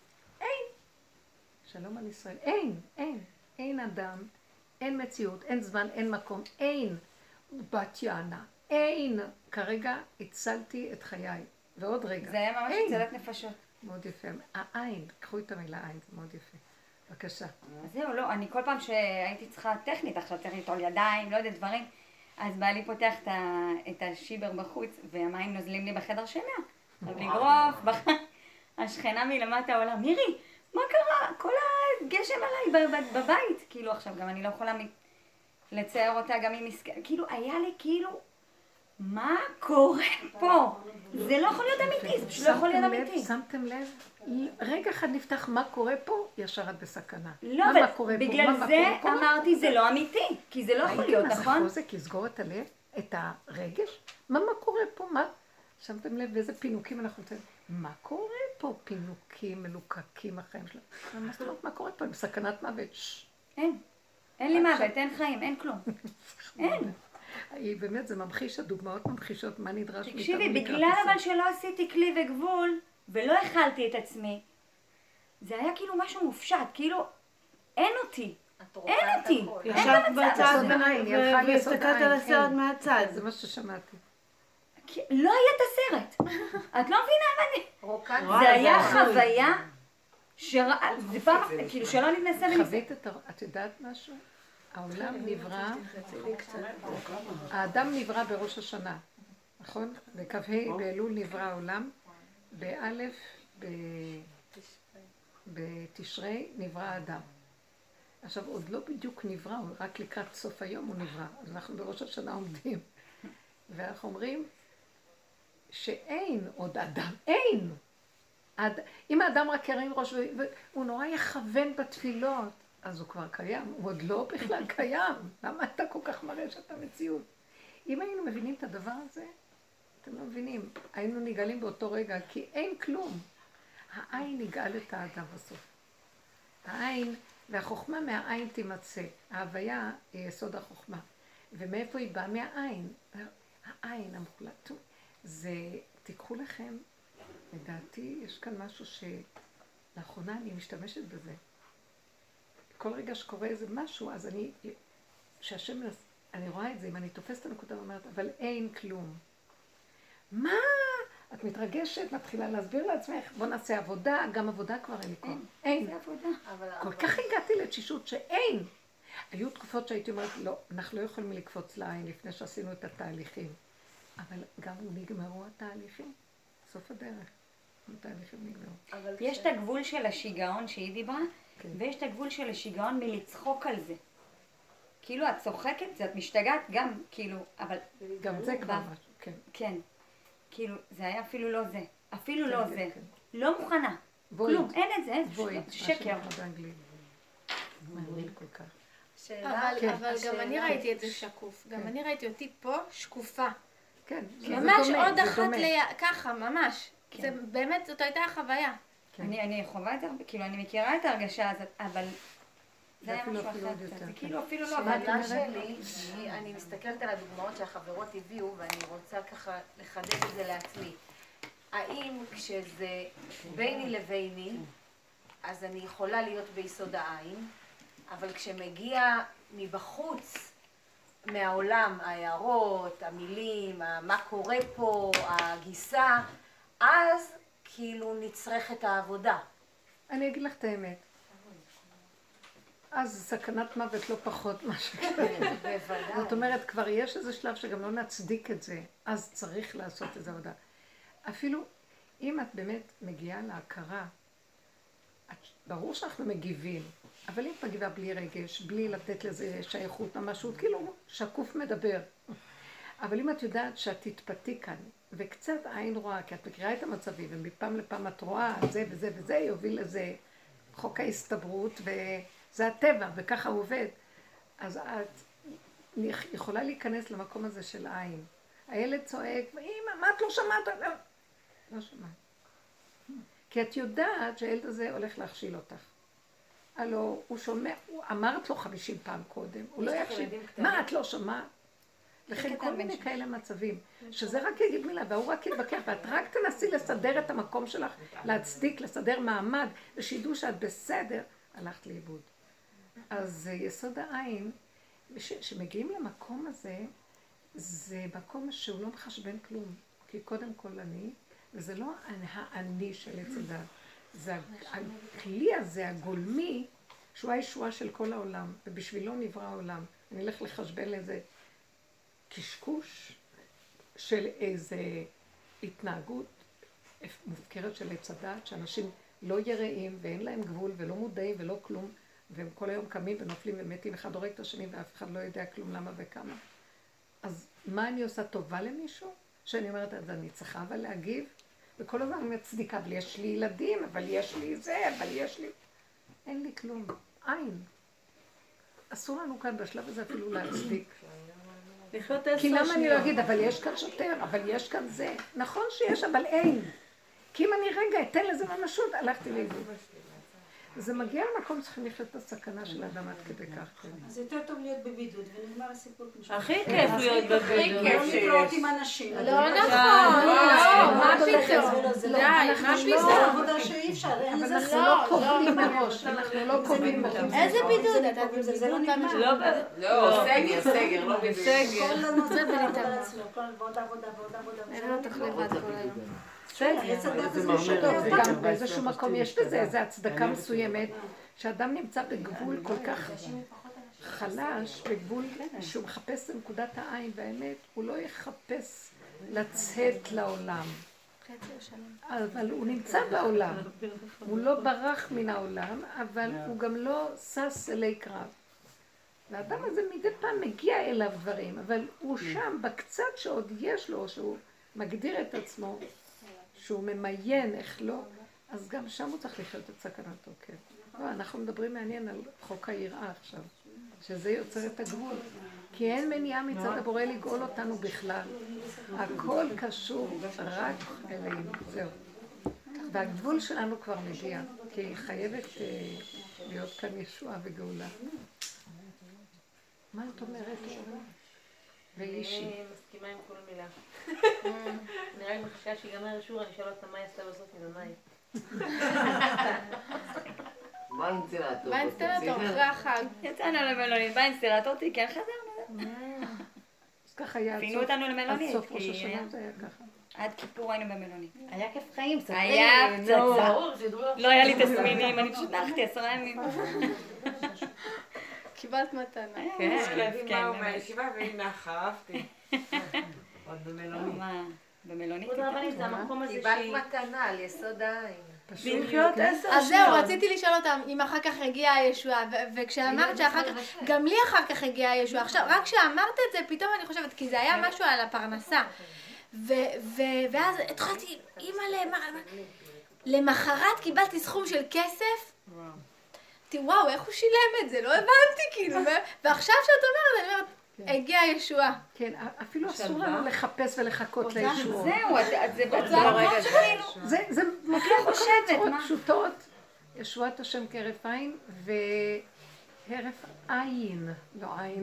שלום על ישראל. אין אדם, אין מציאות, אין זמן, אין מקום, אין בת יענה, אין. כרגע הצלתי את חיי. ועוד רגע. זה היה ממש הצלת נפשות. מאוד יפה. העין, קחו את המילה עין, זה מאוד יפה. בבקשה. אז זהו, לא, אני כל פעם שהייתי צריכה טכנית, עכשיו צריך לטעול ידיים, לא יודע, דברים, אז בעלי פותח את השיבר בחוץ, והמים נוזלים לי בחדר שינה. עכשיו לגרוף, השכנה מלמטה עולה, מירי, מה קרה? כל הגשם עליי בבית. כאילו עכשיו, גם אני לא יכולה לצייר אותה גם עם מסכן, כאילו היה לי כאילו, מה קורה פה? זה לא יכול להיות אמיתי, זה פשוט לא יכול להיות אמיתי. שמתם לב? רגע אחד נפתח מה קורה פה, ישר את בסכנה. לא, בגלל זה אמרתי זה לא אמיתי, כי זה לא יכול להיות, נכון? הייתי מה זה חוזק, לסגור את הלב, את הרגש, מה קורה פה, מה? שמתם לב באיזה פינוקים אנחנו נותנים? מה קורה פה? פינוקים, מלוקקים, החיים שלנו. מה זאת אומרת, מה קורה פה? עם סכנת מוות. אין לי מוות, אין חיים, אין כלום. אין. באמת, זה ממחיש, הדוגמאות ממחישות מה נדרש מאיתנו. תקשיבי, בגלל אבל שלא עשיתי כלי וגבול, ולא הכלתי את עצמי, זה היה כאילו משהו מופשט, כאילו, אין אותי. אין אותי. ישבת בצד והסתכלת על הסרט מהצד. זה מה ששמעתי. לא היה את הסרט. את לא מבינה מה אני... זה היה חוויה זה פעם, כאילו שלא נתנסה ונסה. חווית את יודעת משהו? העולם נברא, האדם נברא בראש השנה, נכון? בכ"ה באלול נברא העולם, באלף בתשרי נברא האדם. עכשיו עוד לא בדיוק נברא, רק לקראת סוף היום הוא נברא, אז אנחנו בראש השנה עומדים. ואנחנו אומרים שאין עוד אדם, אין! אם האדם רק ירים ראש והוא נורא יכוון בתפילות, אז הוא כבר קיים, הוא עוד לא בכלל קיים. למה אתה כל כך מראה שאתה מציאות? אם היינו מבינים את הדבר הזה, אתם לא מבינים, היינו נגאלים באותו רגע, כי אין כלום. העין נגאל את האדם בסוף. העין, והחוכמה מהעין תימצא. ההוויה היא יסוד החוכמה. ומאיפה היא באה? מהעין. העין המוחלט. זה, תיקחו לכם, לדעתי, יש כאן משהו שלאחרונה אני משתמשת בזה. כל רגע שקורה איזה משהו, אז שהשם, אני רואה את זה, אם אני תופסת את הנקודה ואומרת, אבל אין כלום. מה? את מתרגשת, מתחילה להסביר לעצמך, בוא נעשה עבודה, גם עבודה כבר אין לי כלום. אין. זה עבודה. כל כך הגעתי לתשישות שאין. היו תקופות שהייתי אומרת, לא, אנחנו לא יכולים לקפוץ לעין לפני שעשינו את התהליכים. אבל גם נגמרו התהליכים, סוף הדרך. התהליכים נגמרו. יש את הגבול של השיגעון שהיא דיברה, ויש את הגבול של השיגעון מלצחוק על זה. כאילו את צוחקת, את משתגעת גם, כאילו, אבל... גם זה כבר משהו, כן. כן. כאילו, זה היה אפילו לא זה. אפילו לא זה. לא מוכנה. כלום, אין את זה, אין שקר. מעניין כל כך. אבל גם אני ראיתי את זה שקוף. גם אני ראיתי אותי פה שקופה. כן. ממש עוד אחת ככה, ממש. זה באמת, זאת הייתה החוויה. אני חווה את זה, כאילו, אני מכירה את ההרגשה הזאת, אבל... זה היה משהו אחר קצת, זה כאילו אפילו לא... השאלה שלי, אני מסתכלת על הדוגמאות שהחברות הביאו, ואני רוצה ככה לחדד את זה לעצמי. האם כשזה ביני לביני, אז אני יכולה להיות ביסוד העין, אבל כשמגיע מבחוץ, מהעולם, ההערות, המילים, מה קורה פה, הגיסה, אז כאילו נצרכת העבודה. אני אגיד לך את האמת. אז סכנת מוות לא פחות מה שכן. בוודאי. זאת אומרת, כבר יש איזה שלב שגם לא נצדיק את זה, אז צריך לעשות איזו עבודה. אפילו אם את באמת מגיעה להכרה, ברור שאנחנו מגיבים, אבל אם את מגיבה בלי רגש, בלי לתת לזה שייכות ממשות, כאילו שקוף מדבר. אבל אם את יודעת שאת תתפתי כאן, וקצת עין רואה, כי את מכירה את המצבים, ומפעם לפעם את רואה זה וזה וזה, יוביל לזה חוק ההסתברות, וזה הטבע, וככה הוא עובד. אז את יכולה להיכנס למקום הזה של עין. הילד צועק, אמא, מה את לא שמעת? לא שמעת. כי את יודעת שהילד הזה הולך להכשיל אותך. הלו, הוא שומע, אמרת לו 50 פעם קודם, הוא לא יקשיב. מה, את לא שמעת? לכן כל מיני כאלה מצבים, שזה רק יגיד מילה, והוא רק יתבקר, ואת רק תנסי לסדר את המקום שלך, להצדיק, לסדר מעמד, ושידעו שאת בסדר, הלכת לאיבוד. אז יסוד העין, שמגיעים למקום הזה, זה מקום שהוא לא מחשבן כלום, כי קודם כל אני, וזה לא האני של הצדה, זה הכלי הזה, הגולמי, שהוא הישועה של כל העולם, ובשבילו נברא העולם. אני אלך לחשבן לזה קשקוש של איזה התנהגות מופקרת של הצדה, שאנשים לא יראים ואין להם גבול ולא מודעים ולא כלום, והם כל היום קמים ונופלים ומתים, אחד הורג את השני ואף אחד לא יודע כלום למה וכמה. אז מה אני עושה טובה למישהו? שאני אומרת, אז אני צריכה אבל להגיב, וכל הזמן אני מצדיקה, אבל יש לי ילדים, אבל יש לי זה, אבל יש לי... אין לי כלום. עין. אסור לנו כאן בשלב הזה אפילו להצדיק. כי למה אני לא אגיד, אבל יש כאן שוטר, אבל יש כאן זה. נכון שיש, אבל אין. כי אם אני רגע אתן לזה ממשות, הלכתי לאיבוד. זה מגיע למקום צריכים לחיות את הסכנה של האדם עד כדי כך. אז יותר טוב להיות בבידוד, ונגמר הסיפור. הכי כיף להיות בבידוד. לא להתראות עם אנשים. לא נכון, לא, מה פתאום? די, מה זה פתאום? עבודה שאי אפשר, אין אבל לזה אנחנו לא קובעים מראש, אנחנו לא קובעים מראש. איזה בידוד? אתה זה לא נגמר. לא, סגר, לא בידוד. כל הזמן זה ולהתאר אצלו, ועוד עבודה, ועוד עבודה. אין לו תחליף עד כל היום. וגם באיזשהו מקום יש לזה איזו הצדקה מסוימת, שאדם נמצא בגבול כל כך חלש, בגבול שהוא מחפש לנקודת העין, והאמת הוא לא יחפש לצאת לעולם. אבל הוא נמצא בעולם, הוא לא ברח מן העולם, אבל הוא גם לא שש אלי קרב. והאדם הזה מדי פעם מגיע אליו דברים, אבל הוא שם בקצת שעוד יש לו, שהוא מגדיר את עצמו, שהוא ממיין איך לא, אז גם שם הוא צריך לחיות את סכנתו, כן. לא, אנחנו מדברים מעניין על חוק היראה עכשיו, שזה יוצר את הגבול. כי אין מניעה מצד הבורא לגאול אותנו בכלל. הכל קשור רק אלינו, זהו. והגבול שלנו כבר מגיע, כי חייבת להיות כאן ישועה וגאולה. מה את אומרת? ואישי. אני מסכימה עם כל מילה. נראה לי מחשבה שיגמר השיעור, אני אשאל אותה מה היא עשתה בסוף עם המים. מה האינסטלטור? מה אינסטלטור? אחרי החג. יצאנו למלונית, באינסטלטור כן חזרנו. אז ככה היה פינו אותנו למלונית. עד סוף ראש השנה זה היה ככה. עד כיפור היינו במלונית. היה כיף חיים, ספרי. היה פצצה. לא היה לי תסמינים, אני פשוט נחתי 10 ימים. קיבלת מתנה. כן, כן. מה הוא מהישיבה והנה חרפתי. עוד במלונית. מה? במלונית? עוד רבנית, זה המקום הזה קיבלת שהיא... מתנה על יסוד העין. לחיות 10 אז שניות. זהו, רציתי לשאול אותם אם אחר כך הגיעה הישועה, וכשאמרת שאחר כך, גם לי אחר כך הגיעה הישועה. עכשיו, רק כשאמרת את זה, פתאום אני חושבת, כי זה היה משהו על הפרנסה. ואז התחלתי, אימא, למחרת קיבלתי סכום של כסף. אמרתי, וואו, איך הוא שילם את זה? לא הבנתי, כאילו. ועכשיו שאת אומרת, אני אומרת, הגיעה הישועה. כן, אפילו אסור לנו לחפש ולחכות לישועות. זהו, זה ברגע שכאילו. זה מופיע בצורות פשוטות. ישועת השם כהרף עין והרף עין, לא עין.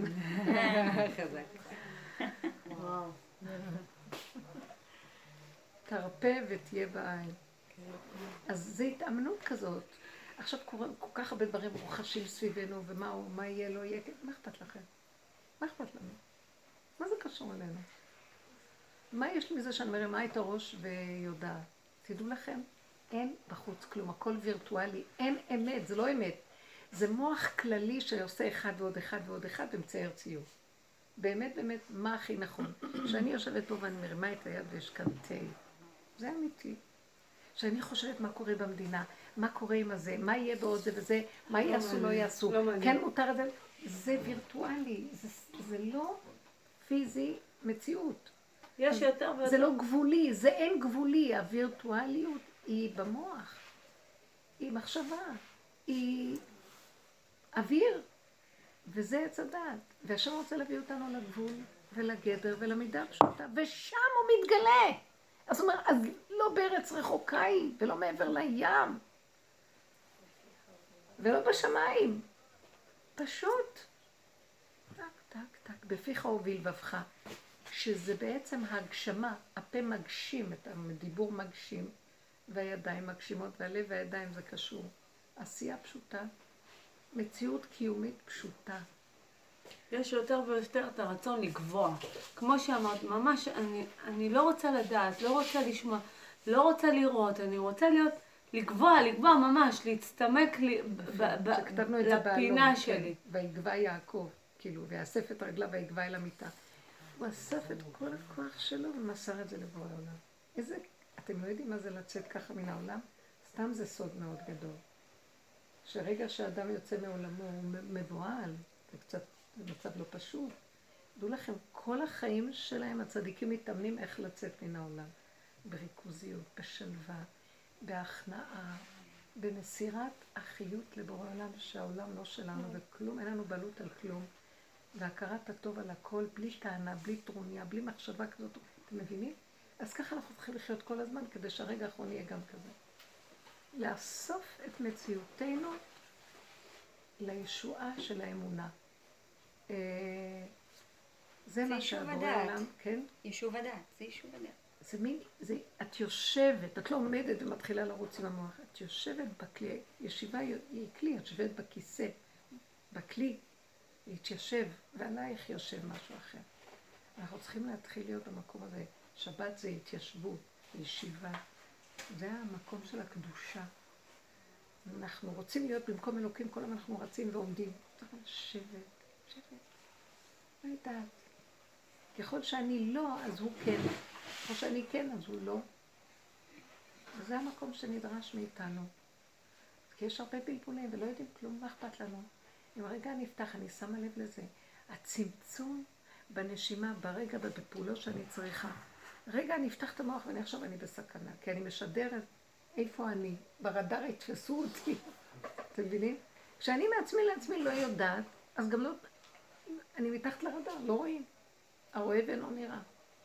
תרפה ותהיה בעין. אז זה התאמנות כזאת. עכשיו קורה כל כך הרבה דברים רוחשים סביבנו, ומה יהיה, לא יהיה, מה אכפת לכם? מה אכפת לנו? מה זה קשור אלינו? מה יש מזה שאני מרימה את הראש ויודעת? תדעו לכם, אין בחוץ כלום, הכל וירטואלי, אין אמת, זה לא אמת. זה מוח כללי שעושה אחד ועוד אחד ועוד אחד ומצייר ציור. באמת, באמת, מה הכי נכון? שאני יושבת פה ואני מרימה את היד ויש כאן תה. זה אמיתי. שאני חושבת מה קורה במדינה, מה קורה עם הזה, מה יהיה בעוד זה וזה, מה יעשו, לא יעשו. כן מותר את זה, זה וירטואלי, זה לא פיזי מציאות. יש יותר ויותר. זה לא גבולי, זה אין גבולי, הווירטואליות היא במוח, היא מחשבה, היא אוויר, וזה עץ הדעת. והשם רוצה להביא אותנו לגבול ולגדר ולמידה הפשוטה, ושם הוא מתגלה. אז הוא אומר, אז לא בארץ רחוקה היא, ולא מעבר לים, ולא בשמיים, פשוט. טק, טק, טק, בפיך ובלבבך, שזה בעצם ההגשמה, הפה מגשים, את הדיבור מגשים, והידיים מגשימות, והלב והידיים זה קשור. עשייה פשוטה, מציאות קיומית פשוטה. יש יותר ויותר את הרצון לקבוע. כמו שאמרת, ממש אני לא רוצה לדעת, לא רוצה לשמוע, לא רוצה לראות, אני רוצה לקבוע ממש, להצטמק לפינה שלי. ויגבה יעקב, כאילו, ויאסף את רגליו ויגבה אל המיטה. הוא אסף את כל הכוח שלו ומסר את זה לבורא העולם. אתם לא יודעים מה זה לצאת ככה מן העולם? סתם זה סוד מאוד גדול. שרגע שאדם יוצא מעולמו הוא מבועל, זה קצת מצב לא פשוט. דעו לכם, כל החיים שלהם הצדיקים מתאמנים איך לצאת מן העולם. בריכוזיות, בשלווה, בהכנעה, במסירת החיות לבורא העולם, שהעולם לא שלנו וכלום, אין לנו בעלות על כלום. והכרת הטוב על הכל, בלי טענה, בלי טרוניה, בלי מחשבה כזאת. אתם מבינים? אז ככה אנחנו צריכים לחיות כל הזמן, כדי שהרגע האחרון יהיה גם כזה. לאסוף את מציאותנו לישועה של האמונה. זה מה שהבורא העולם, כן? יישוב הדעת, זה יישוב הדעת. זה מין, את יושבת, את לא עומדת ומתחילה לרוץ עם המוח, את יושבת בכלי, ישיבה היא כלי, את יושבת בכיסא, בכלי, להתיישב, ועלייך יושב משהו אחר. אנחנו צריכים להתחיל להיות במקום הזה. שבת זה התיישבות, ישיבה. זה המקום של הקדושה. אנחנו רוצים להיות במקום אלוקים, כל הזמן אנחנו רצים ועומדים. צריך לשבת, לשבת. לא יודעת. ככל שאני לא, אז הוא כן. ככל שאני כן, אז הוא לא. וזה המקום שנדרש מאיתנו. כי יש הרבה בלבולים ולא יודעים כלום, מה אכפת לנו? אם הרגע נפתח, אני שמה לב לזה. הצמצום בנשימה, ברגע ובפעולות שאני צריכה. רגע, אני אפתח את המוח ואני עכשיו אני בסכנה, כי אני משדרת איפה אני. ברדאר יתפסו אותי. אתם מבינים? כשאני מעצמי לעצמי לא יודעת, אז גם לא... אני מתחת לרדאר, לא רואים. הרואה ואינו נראה.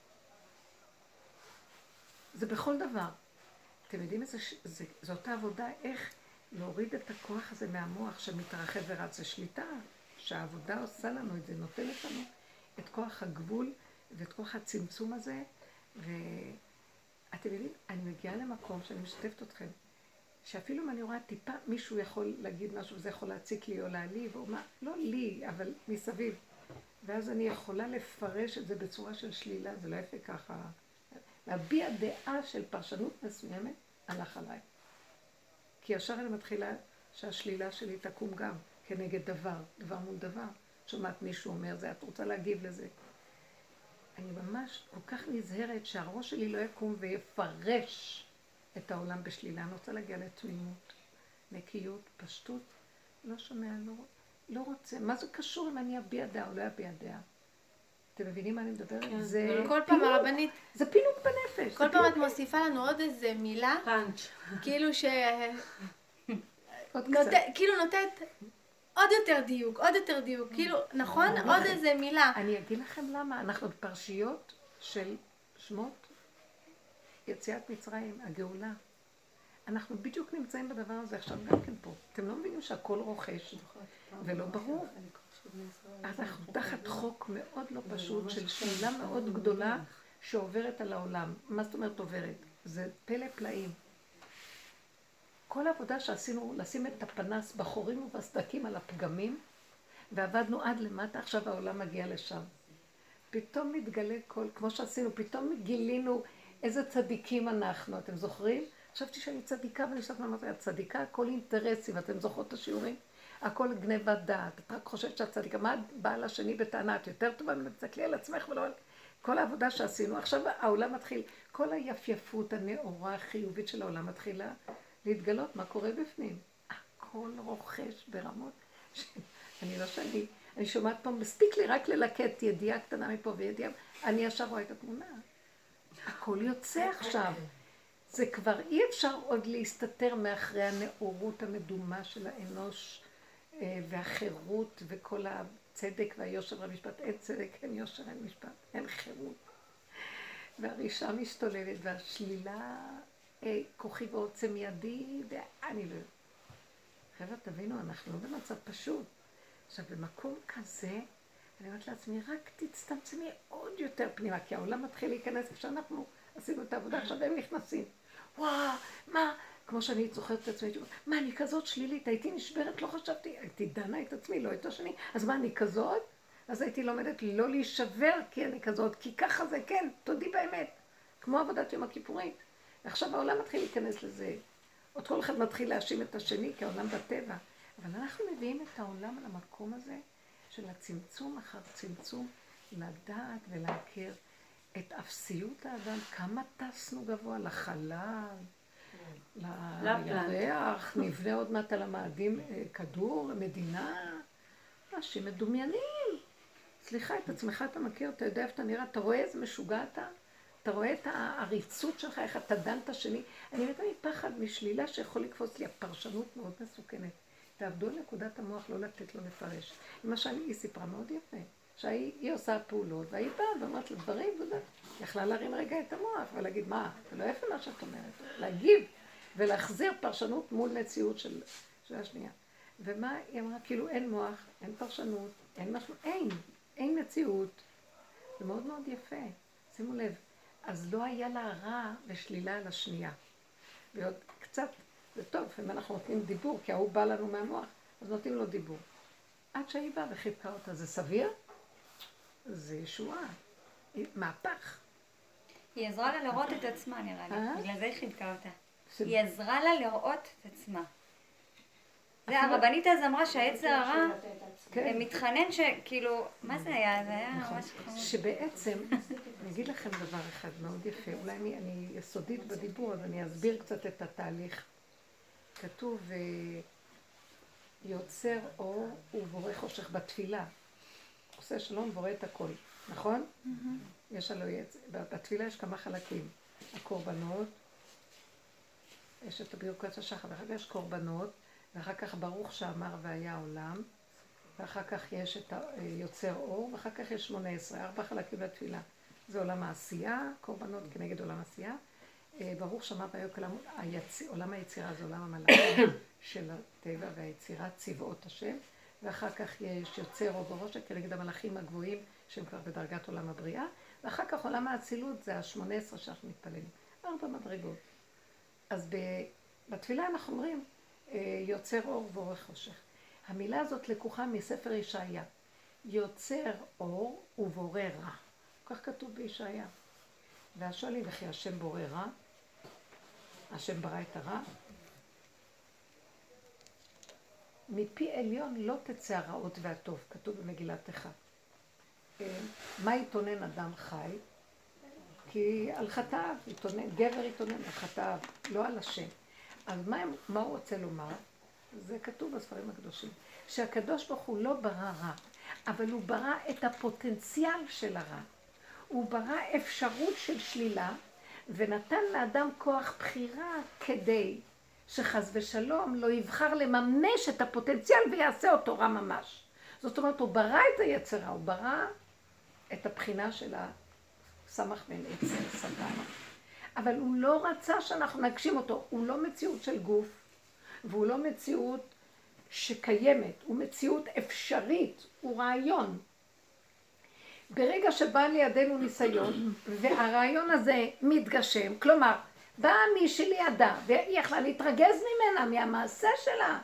זה בכל דבר. אתם יודעים איזה... זאת העבודה, איך... להוריד את הכוח הזה מהמוח שמתרחב ורץ. זה שליטה שהעבודה עושה לנו את זה, נותנת לנו את כוח הגבול ואת כוח הצמצום הזה. ואתם יודעים, אני מגיעה למקום שאני משתפת אתכם, שאפילו אם אני רואה טיפה מישהו יכול להגיד משהו וזה יכול להציק לי או להעליב או מה, לא לי, אבל מסביב. ואז אני יכולה לפרש את זה בצורה של שלילה, זה לא יפה ככה. להביע דעה של פרשנות מסוימת, הלך עליי. כי ישר אני מתחילה שהשלילה שלי תקום גם כנגד דבר מול דבר. שומעת מישהו אומר זה, את רוצה להגיב לזה. אני ממש כל כך נזהרת שהראש שלי לא יקום ויפרש את העולם בשלילה. אני רוצה להגיע לתמימות, נקיות, פשטות. לא שומע, לא רוצה. מה זה קשור אם אני אביע דעה או לא אביע דעה? אתם מבינים מה אני מדברת? זה כל פעם הרבנית... זה פינוק בנפש. כל פעם את מוסיפה לנו עוד איזה מילה. פאנץ'. כאילו ש... עוד קצת. כאילו נותנת עוד יותר דיוק. כאילו, נכון? עוד איזה מילה. אני אגיד לכם למה. אנחנו בפרשיות של שמות יציאת מצרים, הגאולה. אנחנו בדיוק נמצאים בדבר הזה עכשיו גם כן פה. אתם לא מבינים שהכל רוכש ולא ברור. אז אנחנו תחת חוק מאוד לא פשוט של שלילה מאוד גדולה שעוברת על העולם. מה זאת אומרת עוברת? זה פלא פלאים. כל העבודה שעשינו, לשים את הפנס בחורים ובסדקים על הפגמים, ועבדנו עד למטה, עכשיו העולם מגיע לשם. פתאום מתגלה כל, כמו שעשינו, פתאום גילינו איזה צדיקים אנחנו, אתם זוכרים? חשבתי שאני צדיקה, ואני חושבת מה זה, צדיקה, הכל אינטרסים, אתם זוכרות את השיעורים? הכל גניבת דעת, את רק חושבת שאת צדיקה, מה באה לשני בטענה, את יותר טובה, תסתכלי על עצמך ולא על כל העבודה שעשינו. עכשיו העולם מתחיל, כל היפייפות הנאורה החיובית של העולם מתחילה להתגלות, מה קורה בפנים? הכל רוכש ברמות, אני לא שאני, אני שומעת פה, מספיק לי רק ללקט ידיעה קטנה מפה וידיעה, אני ישר רואה את התמונה. הכל יוצא עכשיו. זה כבר אי אפשר עוד להסתתר מאחרי הנאורות המדומה של האנוש והחירות וכל הצדק והיושר והמשפט. אין צדק, אין יושר, אין משפט, אין חירות. והרישה משתוללת והשלילה כוחי ועוצם ידי, ואני לא... חבר'ה, תבינו, אנחנו לא במצב פשוט. עכשיו, במקום כזה, אני אומרת לעצמי, רק תצטמצמי עוד יותר פנימה, כי העולם מתחיל להיכנס כשאנחנו עשינו את העבודה, עכשיו הם נכנסים. וואו, מה? כמו שאני זוכרת את עצמי, מה, אני כזאת שלילית, הייתי נשברת, לא חשבתי, הייתי דנה את עצמי, לא את השני, אז מה, אני כזאת? אז הייתי לומדת לא להישבר כי אני כזאת, כי ככה זה, כן, תודי באמת, כמו עבודת יום הכיפורים. ועכשיו העולם מתחיל להיכנס לזה, עוד כל אחד מתחיל להאשים את השני, כי העולם בטבע. אבל אנחנו מביאים את העולם על המקום הזה, של הצמצום אחר צמצום, לדעת ולהכיר את אפסיות האדם, כמה טסנו גבוה לחלל, לירח, נבנה עוד מעט על המאדים כדור, מדינה, אנשים מדומיינים. סליחה, את עצמך אתה מכיר, אתה יודע איפה אתה נראה, אתה רואה איזה משוגע אתה רואה את העריצות שלך, איך אתה דן את השני. אני מתה מפחד, משלילה שיכול לקפוץ לי, הפרשנות מאוד מסוכנת. תעבדו על נקודת המוח, לא לתת לו לפרש. למשל, היא סיפרה מאוד יפה, שהיא עושה פעולות, והיא באה ואומרת לדברים, יכלה להרים רגע את המוח ולהגיד, מה, זה לא יפה מה שאת אומרת, להגיב ולהחזיר פרשנות מול מציאות של השנייה. ומה היא אמרה? כאילו אין מוח, אין פרשנות, אין משהו, אין מציאות. זה מאוד מאוד יפה, שימו לב. אז לא היה לה רע ושלילה על השנייה. ועוד קצת, זה טוב, אם אנחנו נותנים דיבור, כי ההוא בא לנו מהמוח, אז נותנים לו דיבור. עד שהיא באה וחיבקה אותה, זה סביר? זה ישועה. מהפך. היא עזרה לה לראות את עצמה, נראה לי. בגלל זה היא חיבקה אותה. היא עזרה לה לראות את עצמה. זה, הרבנית אז אמרה שהעץ הרע מתחנן שכאילו, מה זה היה? זה היה ממש חמור. שבעצם, אני אגיד לכם דבר אחד מאוד יפה, אולי אני יסודית בדיבור, אז אני אסביר קצת את התהליך. כתוב, יוצר אור ובורא חושך בתפילה. עושה שלום ובורא את הכל, נכון? יש עלו יצר, בתפילה יש כמה חלקים. הקורבנות, יש את הבירוקת השחר, ואחר כך יש קורבנות, ואחר כך ברוך שאמר והיה עולם, ואחר כך יש את יוצר אור, ואחר כך יש 18, 4 חלקים לתפילה. זה עולם העשייה, קורבנות כנגד עולם העשייה. ברוך שאמר והיה עולם היצירה, זה עולם המלאכים של הטבע והיצירה, צבאות השם. ואחר כך יש יוצר אור בראש כנגד המלאכים הגבוהים, שהם כבר בדרגת עולם הבריאה. ואחר כך עולם האצילות זה ה-18 שאנחנו מתפללים. 4 מדרגות. אז בתפילה אנחנו אומרים, יוצר אור ובורא חושך. המילה הזאת לקוחה מספר ישעיה. יוצר אור ובורא רע. כך כתוב בישעיה. והשואלים וכי השם בורא רע, השם ברא את הרע. מפי עליון לא תצא הרעות והטוב, כתוב במגילת איכה. מה יתונן אדם חי? כי על חטאיו, גבר יתונן על חטאיו, לא על השם. אז מה הוא רוצה לומר? זה כתוב בספרים הקדושים. שהקדוש ברוך הוא לא ברא רע, אבל הוא ברא את הפוטנציאל של הרע. הוא ברא אפשרות של שלילה, ונתן לאדם כוח בחירה כדי שחס ושלום לא יבחר לממש את הפוטנציאל ויעשה אותו רע ממש. זאת אומרת, הוא ברא את היצרה, הוא ברא את הבחינה של הסמך בין עצר, סבבה. אבל הוא לא רצה שאנחנו נגשים אותו, הוא לא מציאות של גוף, והוא לא מציאות שקיימת, הוא מציאות אפשרית, הוא רעיון. ברגע שבא לידינו ניסיון, והרעיון הזה מתגשם, כלומר, באה מישהי לידה, והיא יכלה להתרגז ממנה, מהמעשה שלה,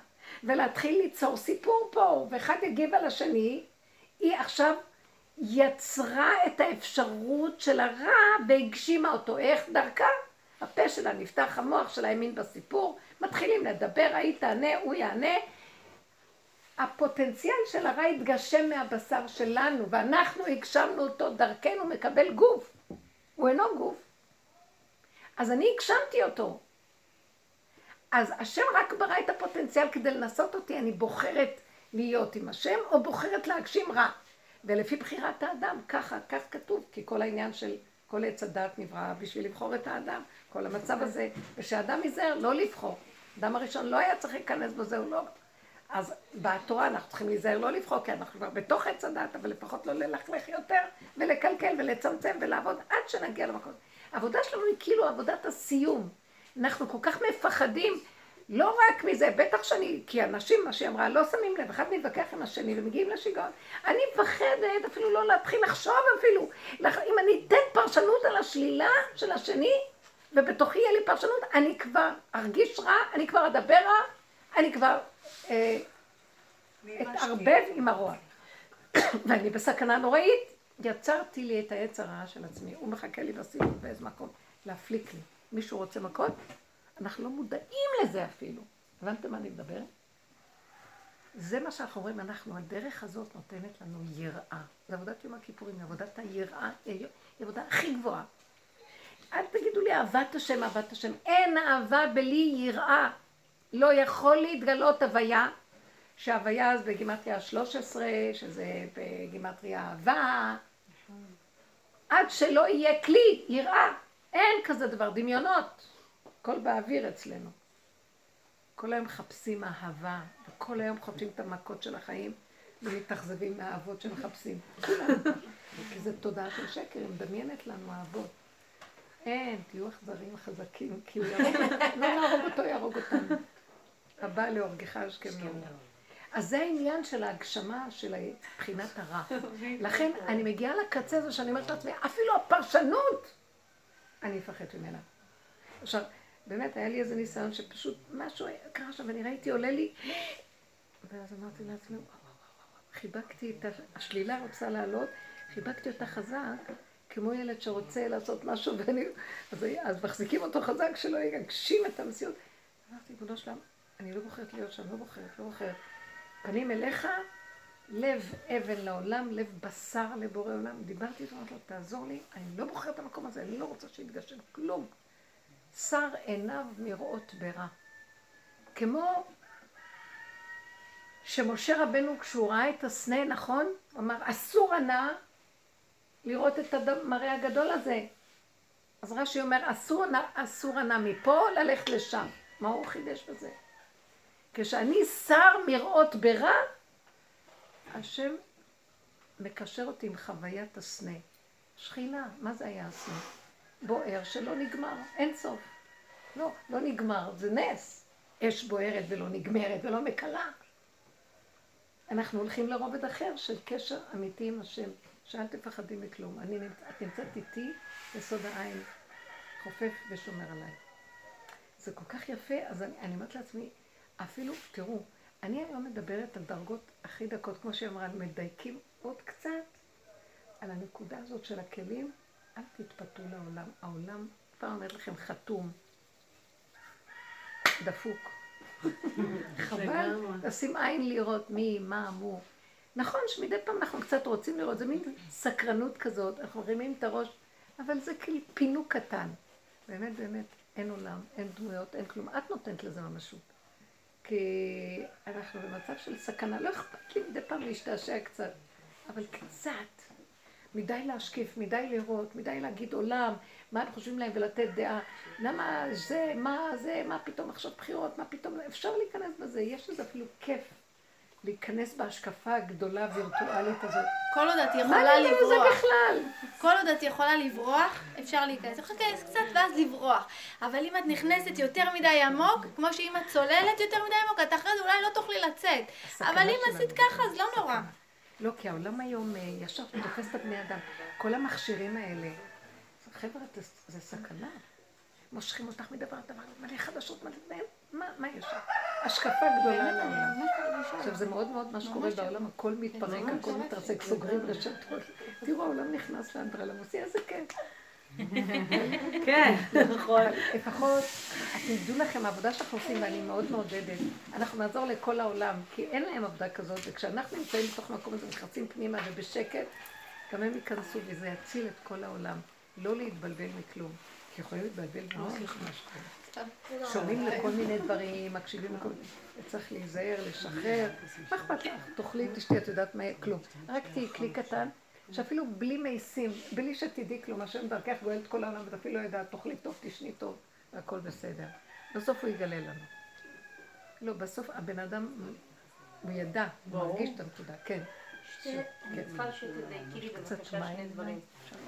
ולהתחיל ליצור סיפור פה, ואחד יגיב על השני, היא עכשיו יצרה את האפשרות של הרע והגשימה אותו. איך דרכה? הפה שלה נפתח, המוח שלה האמין בסיפור, מתחילים לדבר, היא תענה, הוא יענה. הפוטנציאל של הרע התגשם מהבשר שלנו, ואנחנו הגשמנו אותו, דרכנו מקבל גוף. הוא אינו גוף. אז אני הגשמתי אותו. אז השם רק ברא את הפוטנציאל כדי לנסות אותי, אני בוחרת להיות עם השם, או בוחרת להגשים רע. ולפי בחירת האדם, ככה, כך כתוב, כי כל העניין של כל עץ הדעת נברא בשביל לבחור את האדם, כל המצב הזה, ושאדם ייזהר לא לבחור. האדם הראשון לא היה צריך להיכנס בזה, הוא לא. אז בתורה אנחנו צריכים להיזהר לא לבחור, כי אנחנו כבר בתוך עץ הדעת, אבל לפחות לא ללכלך יותר, ולקלקל ולצמצם ולעבוד עד שנגיע למקום. העבודה שלנו היא כאילו עבודת הסיום. אנחנו כל כך מפחדים, לא רק מזה, בטח שאני, כי אנשים, מה שהיא אמרה, לא שמים לב, אחד מתווכח עם השני ומגיעים לשיגעון. אני מפחדת אפילו לא להתחיל לחשוב אפילו. אם אני אתן פרשנות על השלילה של השני, ובתוכי יהיה לי פרשנות, אני כבר ארגיש רע, אני כבר אדבר רע, אני כבר אתערבב עם הרוע. ואני בסכנה נוראית, יצרתי לי את העץ הרעה של עצמי. הוא מחכה לי בסיבוב באיזה מקום, להפליק לי. מישהו רוצה מכות? אנחנו לא מודעים לזה אפילו. הבנתם מה אני מדברת? זה מה שאנחנו רואים, הדרך הזאת נותנת לנו יראה. זה עבודת יום הכיפורים, עבודת היראה, היא עבודה הכי גבוהה. אל תגידו לי אהבת השם, אהבת השם. אין אהבה בלי יראה. לא יכול להתגלות הוויה, שההוויה אז בגימטריה 13, שזה בגימטריה אהבה, עד שלא יהיה כלי, יראה. אין כזה דבר, דמיונות. הכל באוויר אצלנו. כל היום מחפשים אהבה, וכל היום חוטפים את המכות של החיים, ומתאכזבים מהאהבות שמחפשים. כולם. כי זה תודעה של שקר, היא מדמיינת לנו אהבות. אין, תהיו אכזרים חזקים, כי הוא לא נהרוג אותו, יהרוג אותנו. הבא להורגך השכם נאום. אז זה העניין של ההגשמה של בחינת הרע. לכן אני מגיעה לקצה הזו שאני אומרת לעצמי, אפילו הפרשנות, אני אפחד ממנה. עכשיו, באמת היה לי איזה ניסיון שפשוט משהו קרה שם ואני ראיתי עולה לי, ואז אמרתי לעצמי, חיבקתי את השלילה רוצה לעלות, חיבקתי אותה חזק, כמו ילד שרוצה לעשות משהו, אז מחזיקים אותו חזק שלא יגשים את המציאות. אמרתי, בודו שלם, אני לא בוחרת להיות שם, לא בוחרת. פנים אליך, לב אבן לעולם, לב בשר לבורא עולם. דיברתי איתו, אמרתי לו, תעזור לי, אני לא בוחרת את המקום הזה, אני לא רוצה שיתגשם כלום. שר עיניו מראות ברע. כמו שמשה רבנו כשהוא ראה את הסנה, נכון? הוא אמר, אסור ענה לראות את המראה הגדול הזה. אז רש"י אומר, אסור ענה מפה ללכת לשם. מה הוא חידש בזה? כשאני שר מראות ברע, השם מקשר אותי עם חוויית הסנה. שכינה, מה זה היה הסנה? בוער שלא נגמר, אין סוף. לא נגמר, זה נס. אש בוערת ולא נגמרת ולא מקלה. אנחנו הולכים לרובד אחר של קשר אמיתי עם השם, שאל תפחדי מכלום. את נמצאת איתי בסוד העין, חופף ושומר עליי. זה כל כך יפה, אז אני אומרת לעצמי, אפילו, תראו, אני היום מדברת על דרגות הכי דקות, כמו שהיא אמרה, מדייקים עוד קצת על הנקודה הזאת של הכלים, אל תתפתו לעולם. העולם, כבר אומרת לכם, חתום, דפוק. חבל, תשים עין לראות מי, מה, מו. נכון שמדי פעם אנחנו קצת רוצים לראות, זה מין סקרנות כזאת, אנחנו מרימים את הראש, אבל זה כאילו פינוק קטן. באמת, אין עולם, אין דמויות, אין כלום. את נותנת לזה ממשות. כי אנחנו במצב של סכנה, לא אכפת לי מדי פעם להשתעשע קצת, אבל קצת. מדי להשקיף, מדי לראות, מדי להגיד עולם, מה הם חושבים להם ולתת דעה. למה זה, מה פתאום עכשיו בחירות, מה פתאום, אפשר להיכנס בזה, יש לזה אפילו כיף. להיכנס בהשקפה הגדולה הווירטואלית הזאת. כל עוד את יכולה לברוח. מה זה בכלל? כל עוד את יכולה לברוח, אפשר להיכנס. אפשר להיכנס קצת ואז לברוח. אבל אם את נכנסת יותר מדי עמוק, כמו שאם את צוללת יותר מדי עמוק, את אחרי זה אולי לא תוכלי לצאת. אבל אם עשית ככה, אז לא נורא. לא, כי העולם היום ישר תופס את הבני אדם. כל המכשירים האלה, חבר'ה, זה סכנה. מושכים אותך מדבר לדבר, מלא חדשות, מה יש שם? השקפה גדולה לעולם. עכשיו זה מאוד מאוד מה שקורה בעולם, הכל מתפרק, הכל מתרסק, סוגרים רשתות. תראו, העולם נכנס לאנדרלמוסיה, איזה כיף. כן, נכון. לפחות, תדעו לכם, העבודה שאנחנו עושים, ואני מאוד מעודדת, אנחנו נעזור לכל העולם, כי אין להם עבודה כזאת, וכשאנחנו נמצאים בתוך מקום הזה, נכנסים פנימה ובשקט, גם הם ייכנסו וזה יציל את כל העולם. לא להתבלבל מכלום, כי יכולים להתבלבל ולא סליחה משהו. שומעים לכל מיני דברים, מקשיבים לכל מיני, צריך להיזהר, לשחרר, מה אכפת לך? תאכלי, תשתי, את יודעת מה יהיה? כלום. רק תהי כלי קטן, שאפילו בלי מייסים, בלי שתדעי כלום, השם דרכך גואל את כל העולם, ואת אפילו לא יודעת, תאכלי טוב, תשני טוב, והכל בסדר. בסוף הוא יגלה לנו. לא, בסוף הבן אדם, הוא ידע, הוא מרגיש את הנקודה, כן. צריכה שתדייקי לי בבקשה שני דברים.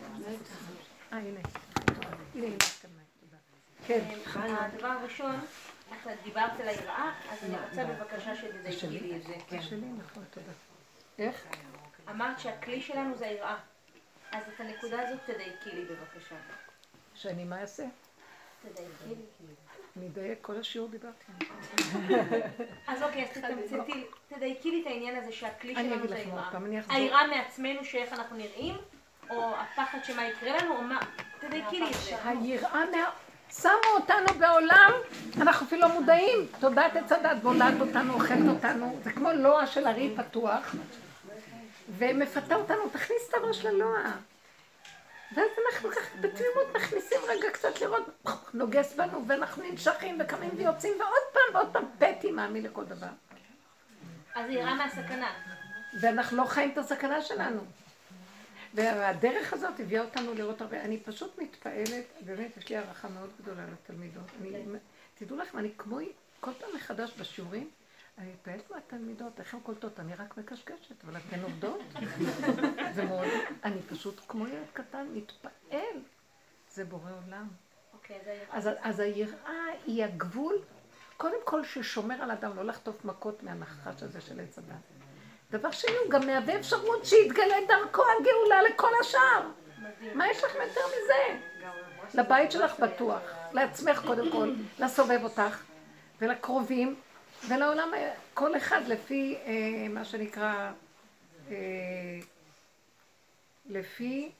הנה. הנה, תודה. כן. הדבר הראשון, אתה דיברת על היראה, אז אני רוצה בבקשה שתדייקי לי את זה. זה שלי, נכון, תודה. איך? אמרת שהכלי שלנו זה היראה. אז את הנקודה הזאת תדייקי לי בבקשה. שאני מה אעשה? תדייקי לי. אני אדייק, כל השיעור דיברתי. אז אוקיי, אז תדייקי לי את העניין הזה שהכלי שלנו זה היראה. אני היראה מעצמנו שאיך אנחנו נראים, או הפחד שמה יקרה לנו, או מה, תדייקי לי את זה. היראה שמו אותנו בעולם, אנחנו אפילו לא מודעים. תודעת עץ הדת בולעת אותנו, אוכלת אותנו, זה כמו לוע של הרי פתוח, ומפתה אותנו, תכניס את הראש ללוע. ואז אנחנו ככה בתמימות מכניסים רגע קצת לראות, נוגס בנו, ואנחנו ננשכים וקמים ויוצאים, ועוד פעם פטי מאמין לכל דבר. אז היראה מהסכנה. ואנחנו לא חיים את הסכנה שלנו. והדרך הזאת הביאה אותנו לראות הרבה. אני פשוט מתפעלת, באמת יש לי הערכה מאוד גדולה לתלמידות. תדעו לכם, אני כמו כל פעם מחדש בשיעורים, אני מתפעלת מהתלמידות, איך הן קולטות? אני רק מקשקשת, אבל אתן עובדות. ומאוד, אני פשוט כמו ילד קטן, מתפעל. זה בורא עולם. אז היראה היא הגבול, קודם כל ששומר על אדם, לא לחטוף מכות מהנחש הזה של עץ הדת. דבר שני, הוא גם מהווה אפשרות שיתגלה דרכו הגאולה לכל השאר. מה יש לכם יותר מזה? לבית שלך בטוח, לעצמך קודם כל, לסובב אותך, ולקרובים, ולעולם, כל אחד לפי מה שנקרא, לפי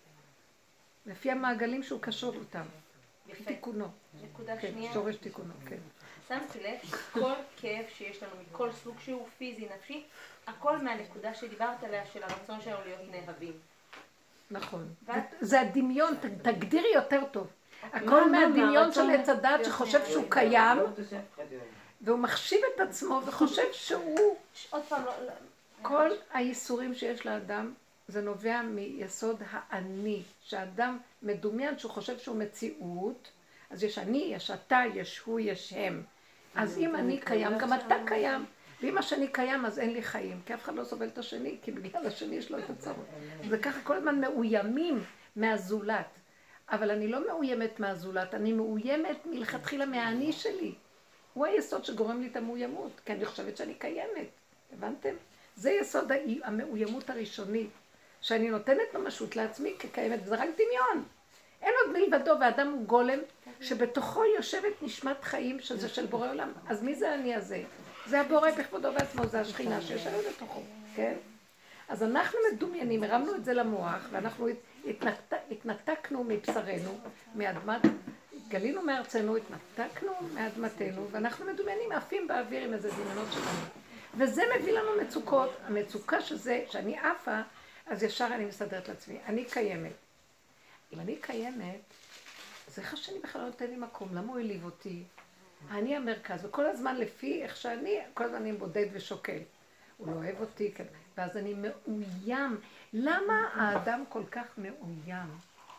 המעגלים שהוא קשור איתם. לפי תיקונו. נקודה כן, שנייה. שורש תיקונו, כן. שמתי לב, כל כאב שיש לנו מכל סוג שהוא פיזי, נפשי, הכל מהנקודה שדיברת עליה של הרצון שלנו להיות נאהבים. נכון. זה הדמיון, תגדירי יותר טוב. הכל מהדמיון של עץ הדת שחושב שהוא קיים, והוא מחשיב את עצמו וחושב שהוא... עוד פעם, כל הייסורים שיש לאדם, זה נובע מיסוד האני, שהאדם מדומיין שהוא חושב שהוא מציאות, אז יש אני, יש אתה, יש הוא, יש הם. אז אם אני קיים, גם אתה קיים. ואם השני קיים, אז אין לי חיים, כי אף אחד לא סובל את השני, כי בגלל השני יש לו את הצרות. זה ככה כל הזמן מאוימים מהזולת. אבל אני לא מאוימת מהזולת, אני מאוימת מלכתחילה מהאני שלי. הוא היסוד שגורם לי את המאוימות, כי אני חושבת שאני קיימת. הבנתם? זה יסוד המאוימות הראשונית, שאני נותנת ממשות לעצמי כקיימת, וזה רק דמיון. אין עוד מלבדו, והאדם הוא גולם, שבתוכו יושבת נשמת חיים, שזה של בורא עולם. אז מי זה אני הזה? זה הבורא בכבודו בעצמו, זה השכינה שישנו לתוכו, כן? אז אנחנו מדומיינים, הרמנו את זה למוח, ואנחנו התנתקנו מבשרנו, מאדמת, גלינו מארצנו, התנתקנו מאדמתנו, ואנחנו מדומיינים, עפים באוויר עם איזה דמיונות שלנו. וזה מביא לנו מצוקות, המצוקה שזה, שאני עפה, אז ישר אני מסדרת לעצמי, אני קיימת. אם אני קיימת, זה איך שאני בכלל לא נותן לי מקום, למה הוא העליב אותי? אני המרכז, וכל הזמן לפי איך שאני, כל הזמן אני בודד ושוקל. הוא לא אוהב אותי, כן. ואז אני מאוים. למה האדם כל כך מאוים?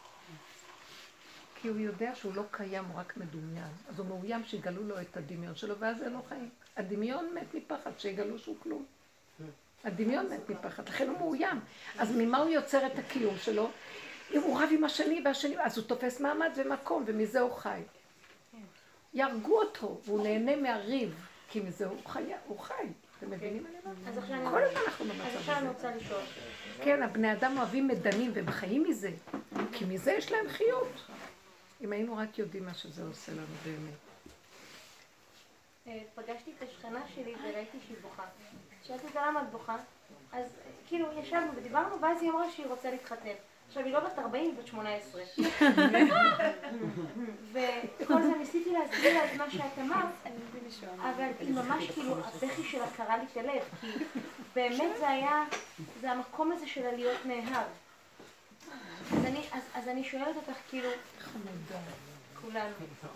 כי הוא יודע שהוא לא קיים, הוא רק מדומיין. אז הוא מאוים שיגלו לו את הדמיון שלו, ואז אין לו חיים. הדמיון מת מפחד, שיגלו שהוא כלום. הדמיון מת מפחד, לכן הוא מאוים. אז ממה הוא יוצר את הקיום שלו? אם הוא רב עם השני והשני, אז הוא תופס מעמד ומקום, ומזה הוא חי. ירגו אותו, והוא נהנה מהריב, כי מזה הוא חי. אתם מבינים מה אני אומרת? כל הזמן אנחנו במצב הזה. אז עכשיו אני רוצה לשאול. כן, הבני אדם אוהבים מדנים, והם חיים מזה. כי מזה יש להם חיות. אם היינו רק יודעים מה שזה עושה לנו באמת. פגשתי את השכנה שלי וראיתי שהיא בוכה. שאלתי אותה למה את בוכה? אז כאילו ישבנו ודיברנו, ואז היא אמרה שהיא רוצה להתחתן. עכשיו היא לא בת 40, היא בת 18. וכל זה ניסיתי להסביר לה את מה שאת אמרת, אבל היא ממש כאילו, הבכי שלה קרא לי את הלב, כי באמת זה המקום הזה שלה להיות נאהב. אז אני שואלת אותך כאילו, כולנו,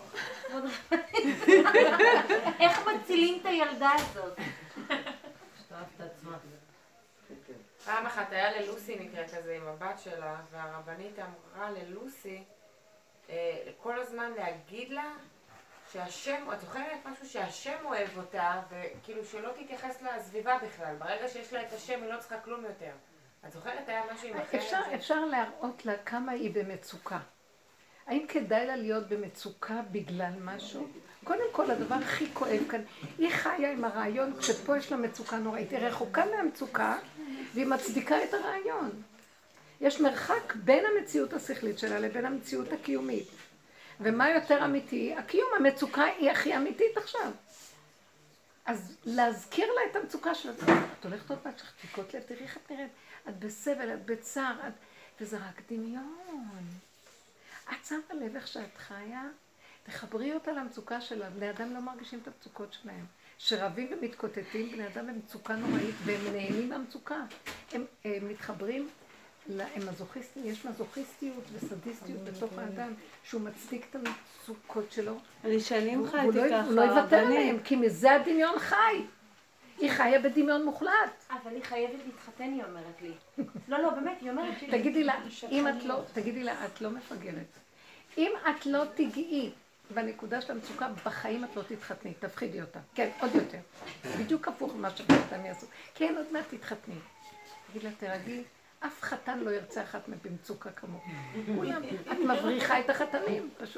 איך מצילים את הילדה הזאת? שטרף את עצמה. פעם אחת היה ללוסי מקרה כזה עם הבת שלה, והרבנית אמרה ללוסי כל הזמן להגיד לה שהשם, את זוכרת משהו שהשם אוהב אותה, וכאילו שלא תתייחס לסביבה בכלל. ברגע שיש לה את השם היא לא צריכה כלום יותר. את זוכרת היה משהו עם אחרת? אפשר להראות לה כמה היא במצוקה. האם כדאי לה להיות במצוקה בגלל משהו? קודם כל, הדבר הכי כואב כאן, היא חיה עם הרעיון, כשפה יש לה מצוקה נוראית, היא רחוקה מהמצוקה, והיא מצדיקה את הרעיון. יש מרחק בין המציאות השכלית שלה לבין המציאות הקיומית. ומה יותר אמיתי? הקיום, המצוקה היא הכי אמיתית עכשיו. אז להזכיר לה את המצוקה שלה. את הולכת עוד מעט שחתיקות לב, תראי איך את נראית. את בסבל, את בצער, וזה רק דמיון. את שמת לב איך שאת חיה, תחברי אותה למצוקה שלה. בני אדם לא מרגישים את המצוקות שלהם. שרבים ומתקוטטים, בני אדם במצוקה נוראית, והם נהנים מהמצוקה. הם מתחברים, הם מזוכיסטים, יש מזוכיסטיות וסדיסטיות בתוך האדם, שהוא מצדיק את המצוקות שלו. אני שנים חייתי ככה, הוא לא יוותר עליהם, כי מזה הדמיון חי. היא חיה בדמיון מוחלט. אבל היא חייבת להתחתן, היא אומרת לי. לא, באמת, היא אומרת שהיא... תגידי לה, את לא מפגרת. אם את לא תגיעי בנקודה של המצוקה, בחיים את לא תתחתני, תפחידי אותה. כן, עוד יותר. בדיוק הפוך ממה שבאתם יעשו. כן, עוד מעט תתחתני. תגיד לה, תרגי, אף חתן לא ירצה אחת במצוקה כמוך. כולם, את מבריחה את החתנים, פשוט.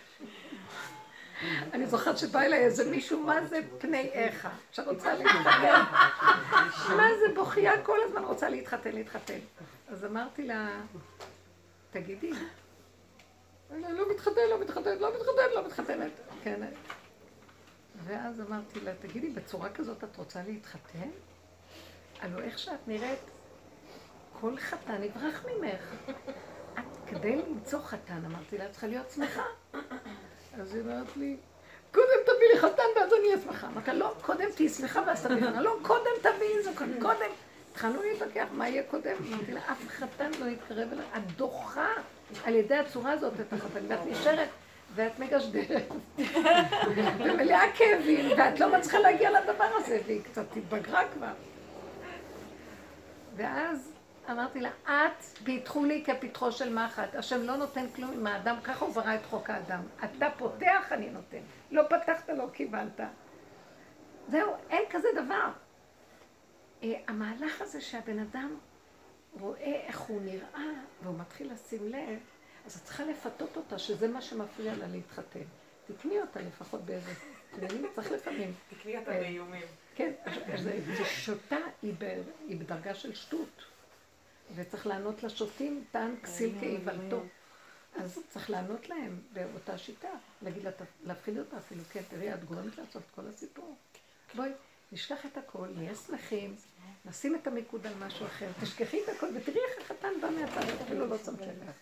אני זוכרת שבא אליי איזה מישהו, מה זה פני איכה, שרוצה להתחתן. מה זה בוכייה כל הזמן רוצה להתחתן. אז אמרתי לה, תגידי, לא מתחתנת. כן. ואז אמרתי לה, תגידי, בצורה כזאת את רוצה להתחתן? הלוא איך שאת נראית, כל חתן יברח ממך. כדי למצוא חתן, אמרתי לה, את צריכה להיות שמחה. אז היא אומרת לי, קודם תביא לי חתן ואז אני אהיה שמחה. אמרתי לה, לא, קודם תהי שמחה ואז תביא חתן. לא, קודם תביא זה, קודם. התחלנו להתווכח, מה יהיה קודם? אמרתי לה, אף חתן לא יתקרב אליי. את דוחה על ידי הצורה הזאת את החתן, ואת נשארת, ואת מגשדרת. ומלאה כאבים, ואת לא מצליחה להגיע לדבר הזה, והיא קצת התבגרה כבר. ואז אמרתי לה, את פיתחו לי כפתחו של מחט, השם לא נותן כלום עם האדם, ככה הוא ברא את חוק האדם. אתה פותח, אני נותן. לא פתחת, לא קיבלת. זהו, אין כזה דבר. המהלך הזה שהבן אדם רואה איך הוא נראה, והוא מתחיל לשים לב, אז את צריכה לפתות אותה, שזה מה שמפריע לה להתחתן. תקני אותה לפחות באיזה... צריך לפעמים. תקני אותה באיומים. כן, זה שוטה, היא בדרגה של שטות. וצריך לענות לשוטים, טען כסיל כאיוולתו. אז צריך לענות להם באותה שיטה, להגיד לה, להפחיד אותה אפילו, כן, תראי, את גורמת לעשות את כל הסיפור. בואי, נשלח את הכל, נהיה שמחים, נשים את המיקוד על משהו אחר, תשכחי את הכל, ותראי איך החתן בא מהצד, אפילו לא שמת לב.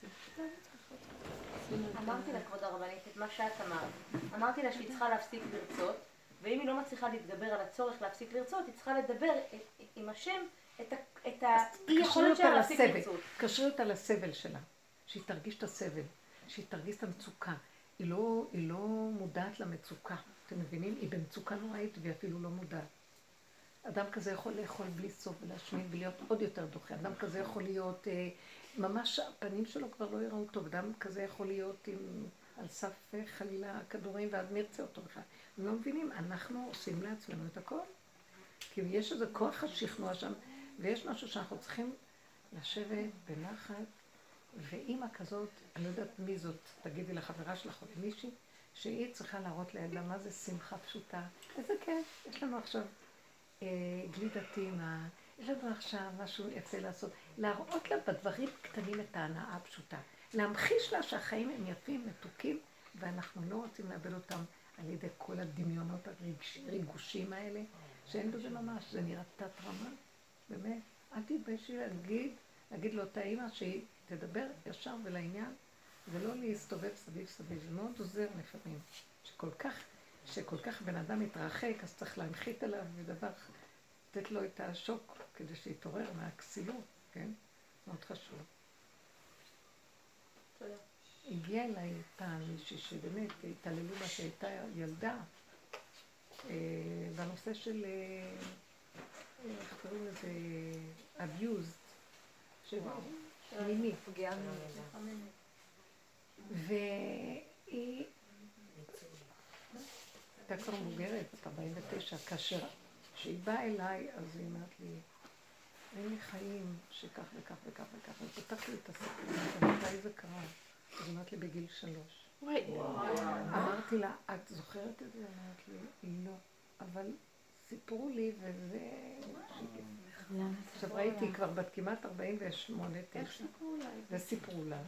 אמרתי לה, כבוד הרבנית, את מה שאת אמרת. אמרתי לה שהיא צריכה להפסיק לרצות, ואם היא לא מצליחה להתגבר על הצורך להפסיק לרצות, היא צריכה לדבר עם השם את היכולת שלה להפסיק לרצות. קשרי אותה לסבל שלה, שהיא תרגיש את הסבל, שהיא תרגיש את המצוקה. היא לא מודעת למצוקה, אתם מבינים? היא במצוקה נוראית והיא אפילו לא מודעת. אדם כזה יכול לאכול בלי סוף ולהשמין ולהיות עוד יותר דוחה. אדם כזה יכול להיות, ממש הפנים שלו כבר לא יראו טוב. אדם כזה יכול להיות על סף חלילה כדורים ועד מרצה אותו בכלל. הם לא מבינים, אנחנו עושים לעצמנו את הכל. כי יש איזה כוח השכנוע שם, ויש משהו שאנחנו צריכים לשבת בנחת, ואימא כזאת, אני לא יודעת מי זאת, תגידי לחברה שלך או למישהי, שהיא צריכה להראות לידה מה זה שמחה פשוטה. איזה כיף, יש לנו עכשיו גלידת טעימה, יש לנו עכשיו משהו יפה לעשות. להראות לה בדברים קטנים את ההנאה הפשוטה. להמחיש לה שהחיים הם יפים, מתוקים, ואנחנו לא רוצים לאבד אותם על ידי כל הדמיונות הריגושים האלה, שאין בזה ממש, זה נראה תת רמה, באמת. אל תתביישי להגיד לאותה אימא שהיא תדבר ישר ולעניין, ולא להסתובב סביב. זה מאוד עוזר לפעמים, שכל כך בן אדם מתרחק, אז צריך להנחית עליו ודבר, לתת לו את השוק כדי שיתעורר מהכסילות, כן? מאוד חשוב. הגיעה אליי פעם מישהי שבאמת התעללו בה שהייתה ילדה בנושא של, איך קוראים לזה, abused, מיני. והיא הייתה כבר מוגרת, 49, כאשר כשהיא באה אליי, אז היא אמרת לי, אין לי חיים שכך וכך וכך וכך, ופתח לי את הסיפור, ומתי זה קרה? אז היא אמרת לי בגיל 3. אמרתי לה, את זוכרת את זה? אמרת לי, לא, אבל סיפרו לי וזה... עכשיו ראיתי כבר בת כמעט 48, 9, וסיפרו לה,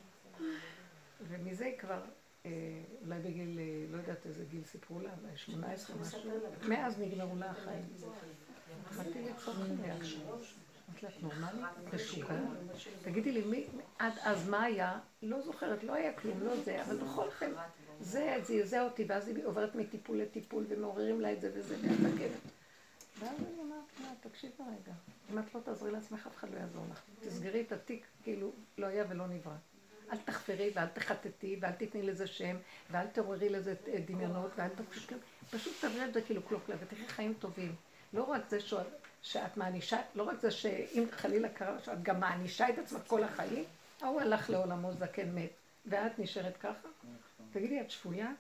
ומזה היא כבר, אולי בגיל, לא יודעת איזה גיל סיפרו לה, 18 משהו, מאז נגמרו לה החיים. התחלתי לצחוק עליה עכשיו. אמרתי לה, את נורמלית? משוגעת? תגידי לי, עד אז מה היה? לא זוכרת, לא היה כלום, לא זה, אבל בכל אופן, זה זעזע אותי, ואז היא עוברת מטיפול לטיפול, ומעוררים לה את זה וזה, והתקנת. ואז אני אומרת לה, תקשיב רגע, אם את לא תעזרי לעצמך, אף אחד לא יעזור לך. תסגרי את התיק, כאילו לא היה ולא נברא. אל תחפרי ואל תחטטי ואל תתני לזה שם ואל תעוררי לזה דמיונות ואל פשוט תעברי את זה כאילו קלוקלה ותחי חיים טובים. לא רק זה שאת מענישה, לא רק זה שאם חלילה קרה שאת גם מענישה את עצמך כל החיים, הוא הלך לעולמו זקן מת ואת נשארת ככה. תגידי, את שפויה?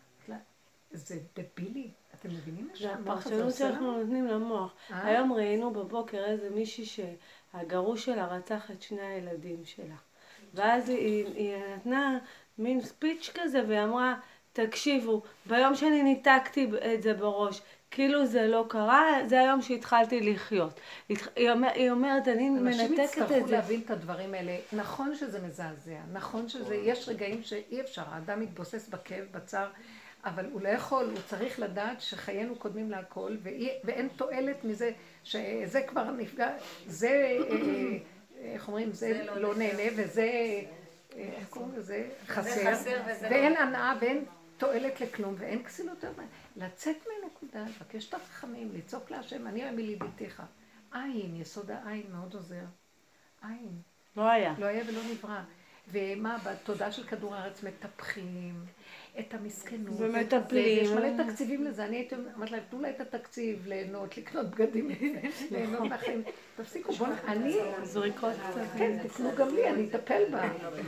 זה דבילי, אתם מבינים? זה הפרשנות שאנחנו נותנים למוח. היום ראינו בבוקר איזה מישהי שהגרוש שלה רצח את 2 הילדים שלה. ואז היא נתנה מין ספיץ' כזה והיא אמרה, תקשיבו, ביום שאני ניתקתי את זה בראש, כאילו זה לא קרה, זה היום שהתחלתי לחיות. היא אומרת, אני מנתקת את זה. אנשים יצטרכו להבין את הדברים האלה. נכון שזה מזעזע, נכון יש רגעים שאי אפשר, האדם מתבוסס בכאב, בצער, אבל הוא לא יכול, הוא צריך לדעת שחיינו קודמים להכל, ואין תועלת מזה, שזה כבר נפגע, זה... איך אומרים, זה לא נהנה וזה, איך קוראים לזה, חסר, ואין הנאה ואין תועלת לכלום ואין כסילות. לצאת מנקודה, לבקש את החכמים, לצעוק להשם, אני אוהב מליבתך. עין, יסוד העין מאוד עוזר. עין. לא היה. לא היה ולא נברא. ומה, בתודעה של כדור הארץ מטפחים את המסכנות. ומטפלים. יש מלא תקציבים לזה. אני הייתי אומרת להם, תנו לה את התקציב ליהנות, לקנות בגדים, ליהנות לכם. תפסיקו, בואו, אני... זוריקות קצת. כן, תקנו גם לי, אני אטפל בה.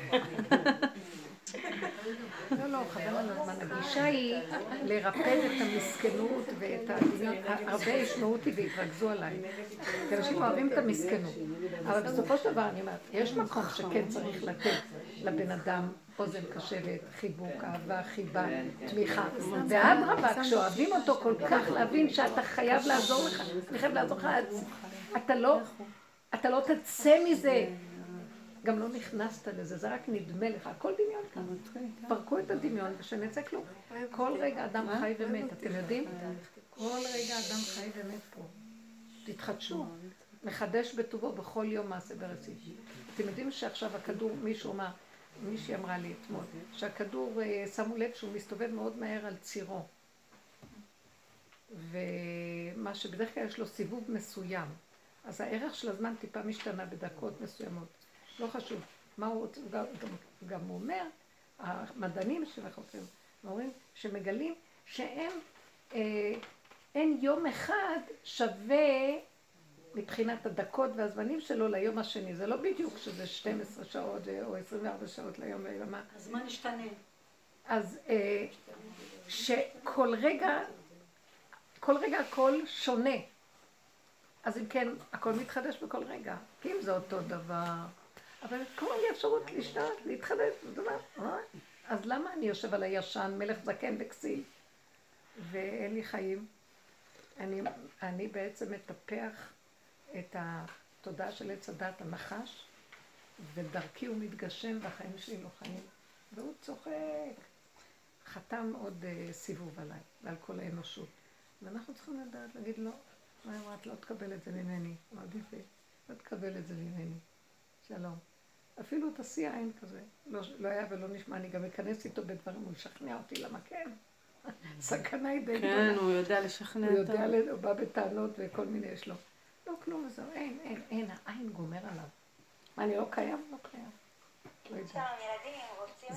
לא, חבר על הזמן. הגישה היא לרפד את המסכנות ואת הדמיון. הרבה ישמעו אותי והתרכזו עליי. כי אנשים אוהבים את המסכנות. אבל בסופו של דבר אני אומרת, יש מקום שכן צריך לתת לבן אדם אוזן קשבת, חיבוק, אהבה, חיבה, תמיכה. ואדרבה, כשאוהבים אותו כל כך להבין שאתה חייב לעזור לך, אני חייב לעזור לך, אתה לא תצא מזה. גם לא נכנסת לזה, זה רק נדמה לך, הכל דמיון כאן. פרקו את הדמיון ושנצא כלום. כל רגע אדם חי ומת, אתם יודעים? כל רגע אדם חי ומת פה. תתחדשו, מחדש בטובו בכל יום מעשה בראשית. אתם יודעים שעכשיו הכדור, מישהי אמרה לי אתמול, שהכדור, שמו לב שהוא מסתובב מאוד מהר על צירו. ומה שבדרך כלל יש לו סיבוב מסוים. אז הערך של הזמן טיפה משתנה בדקות מסוימות. לא חשוב. מה הוא גם אומר, המדענים של החוקרים, אומרים שמגלים שהם, אין יום אחד שווה מבחינת הדקות והזמנים שלו ליום השני. זה לא בדיוק שזה 12 שעות או 24 שעות ליום לימה. הזמן ישתנה. אז שכל רגע, הכל שונה. אז אם כן, הכל מתחדש בכל רגע. כי אם זה אותו דבר, אבל כל לי אפשרות להשתנות, להתחדש, זאת אומרת, אז למה אני יושב על הישן, מלך זקן וכסיל, ואין לי חיים? אני בעצם מטפח את התודעה של עץ הדת, הנחש, ודרכי הוא מתגשם והחיים שלי לא חיים. והוא צוחק. חתם עוד סיבוב עליי ועל כל האנושות. ואנחנו צריכים לדעת, להגיד לו, מה אמרת? לא תקבל את זה ממני. מאוד יפה. לא תקבל את זה ממני. שלום. אפילו תעשי עין כזה. לא היה ולא נשמע, אני גם אכנס איתו בדברים, הוא ישכנע אותי, למה כן? סכנה היא די גדולה. כן, הוא יודע לשכנע הוא אותה. יודע, הוא בא בטענות וכל מיני יש לו. לא כלום וזהו, אין, העין גומר עליו. מה, אני לא קיים? לא קיים. לא יודע.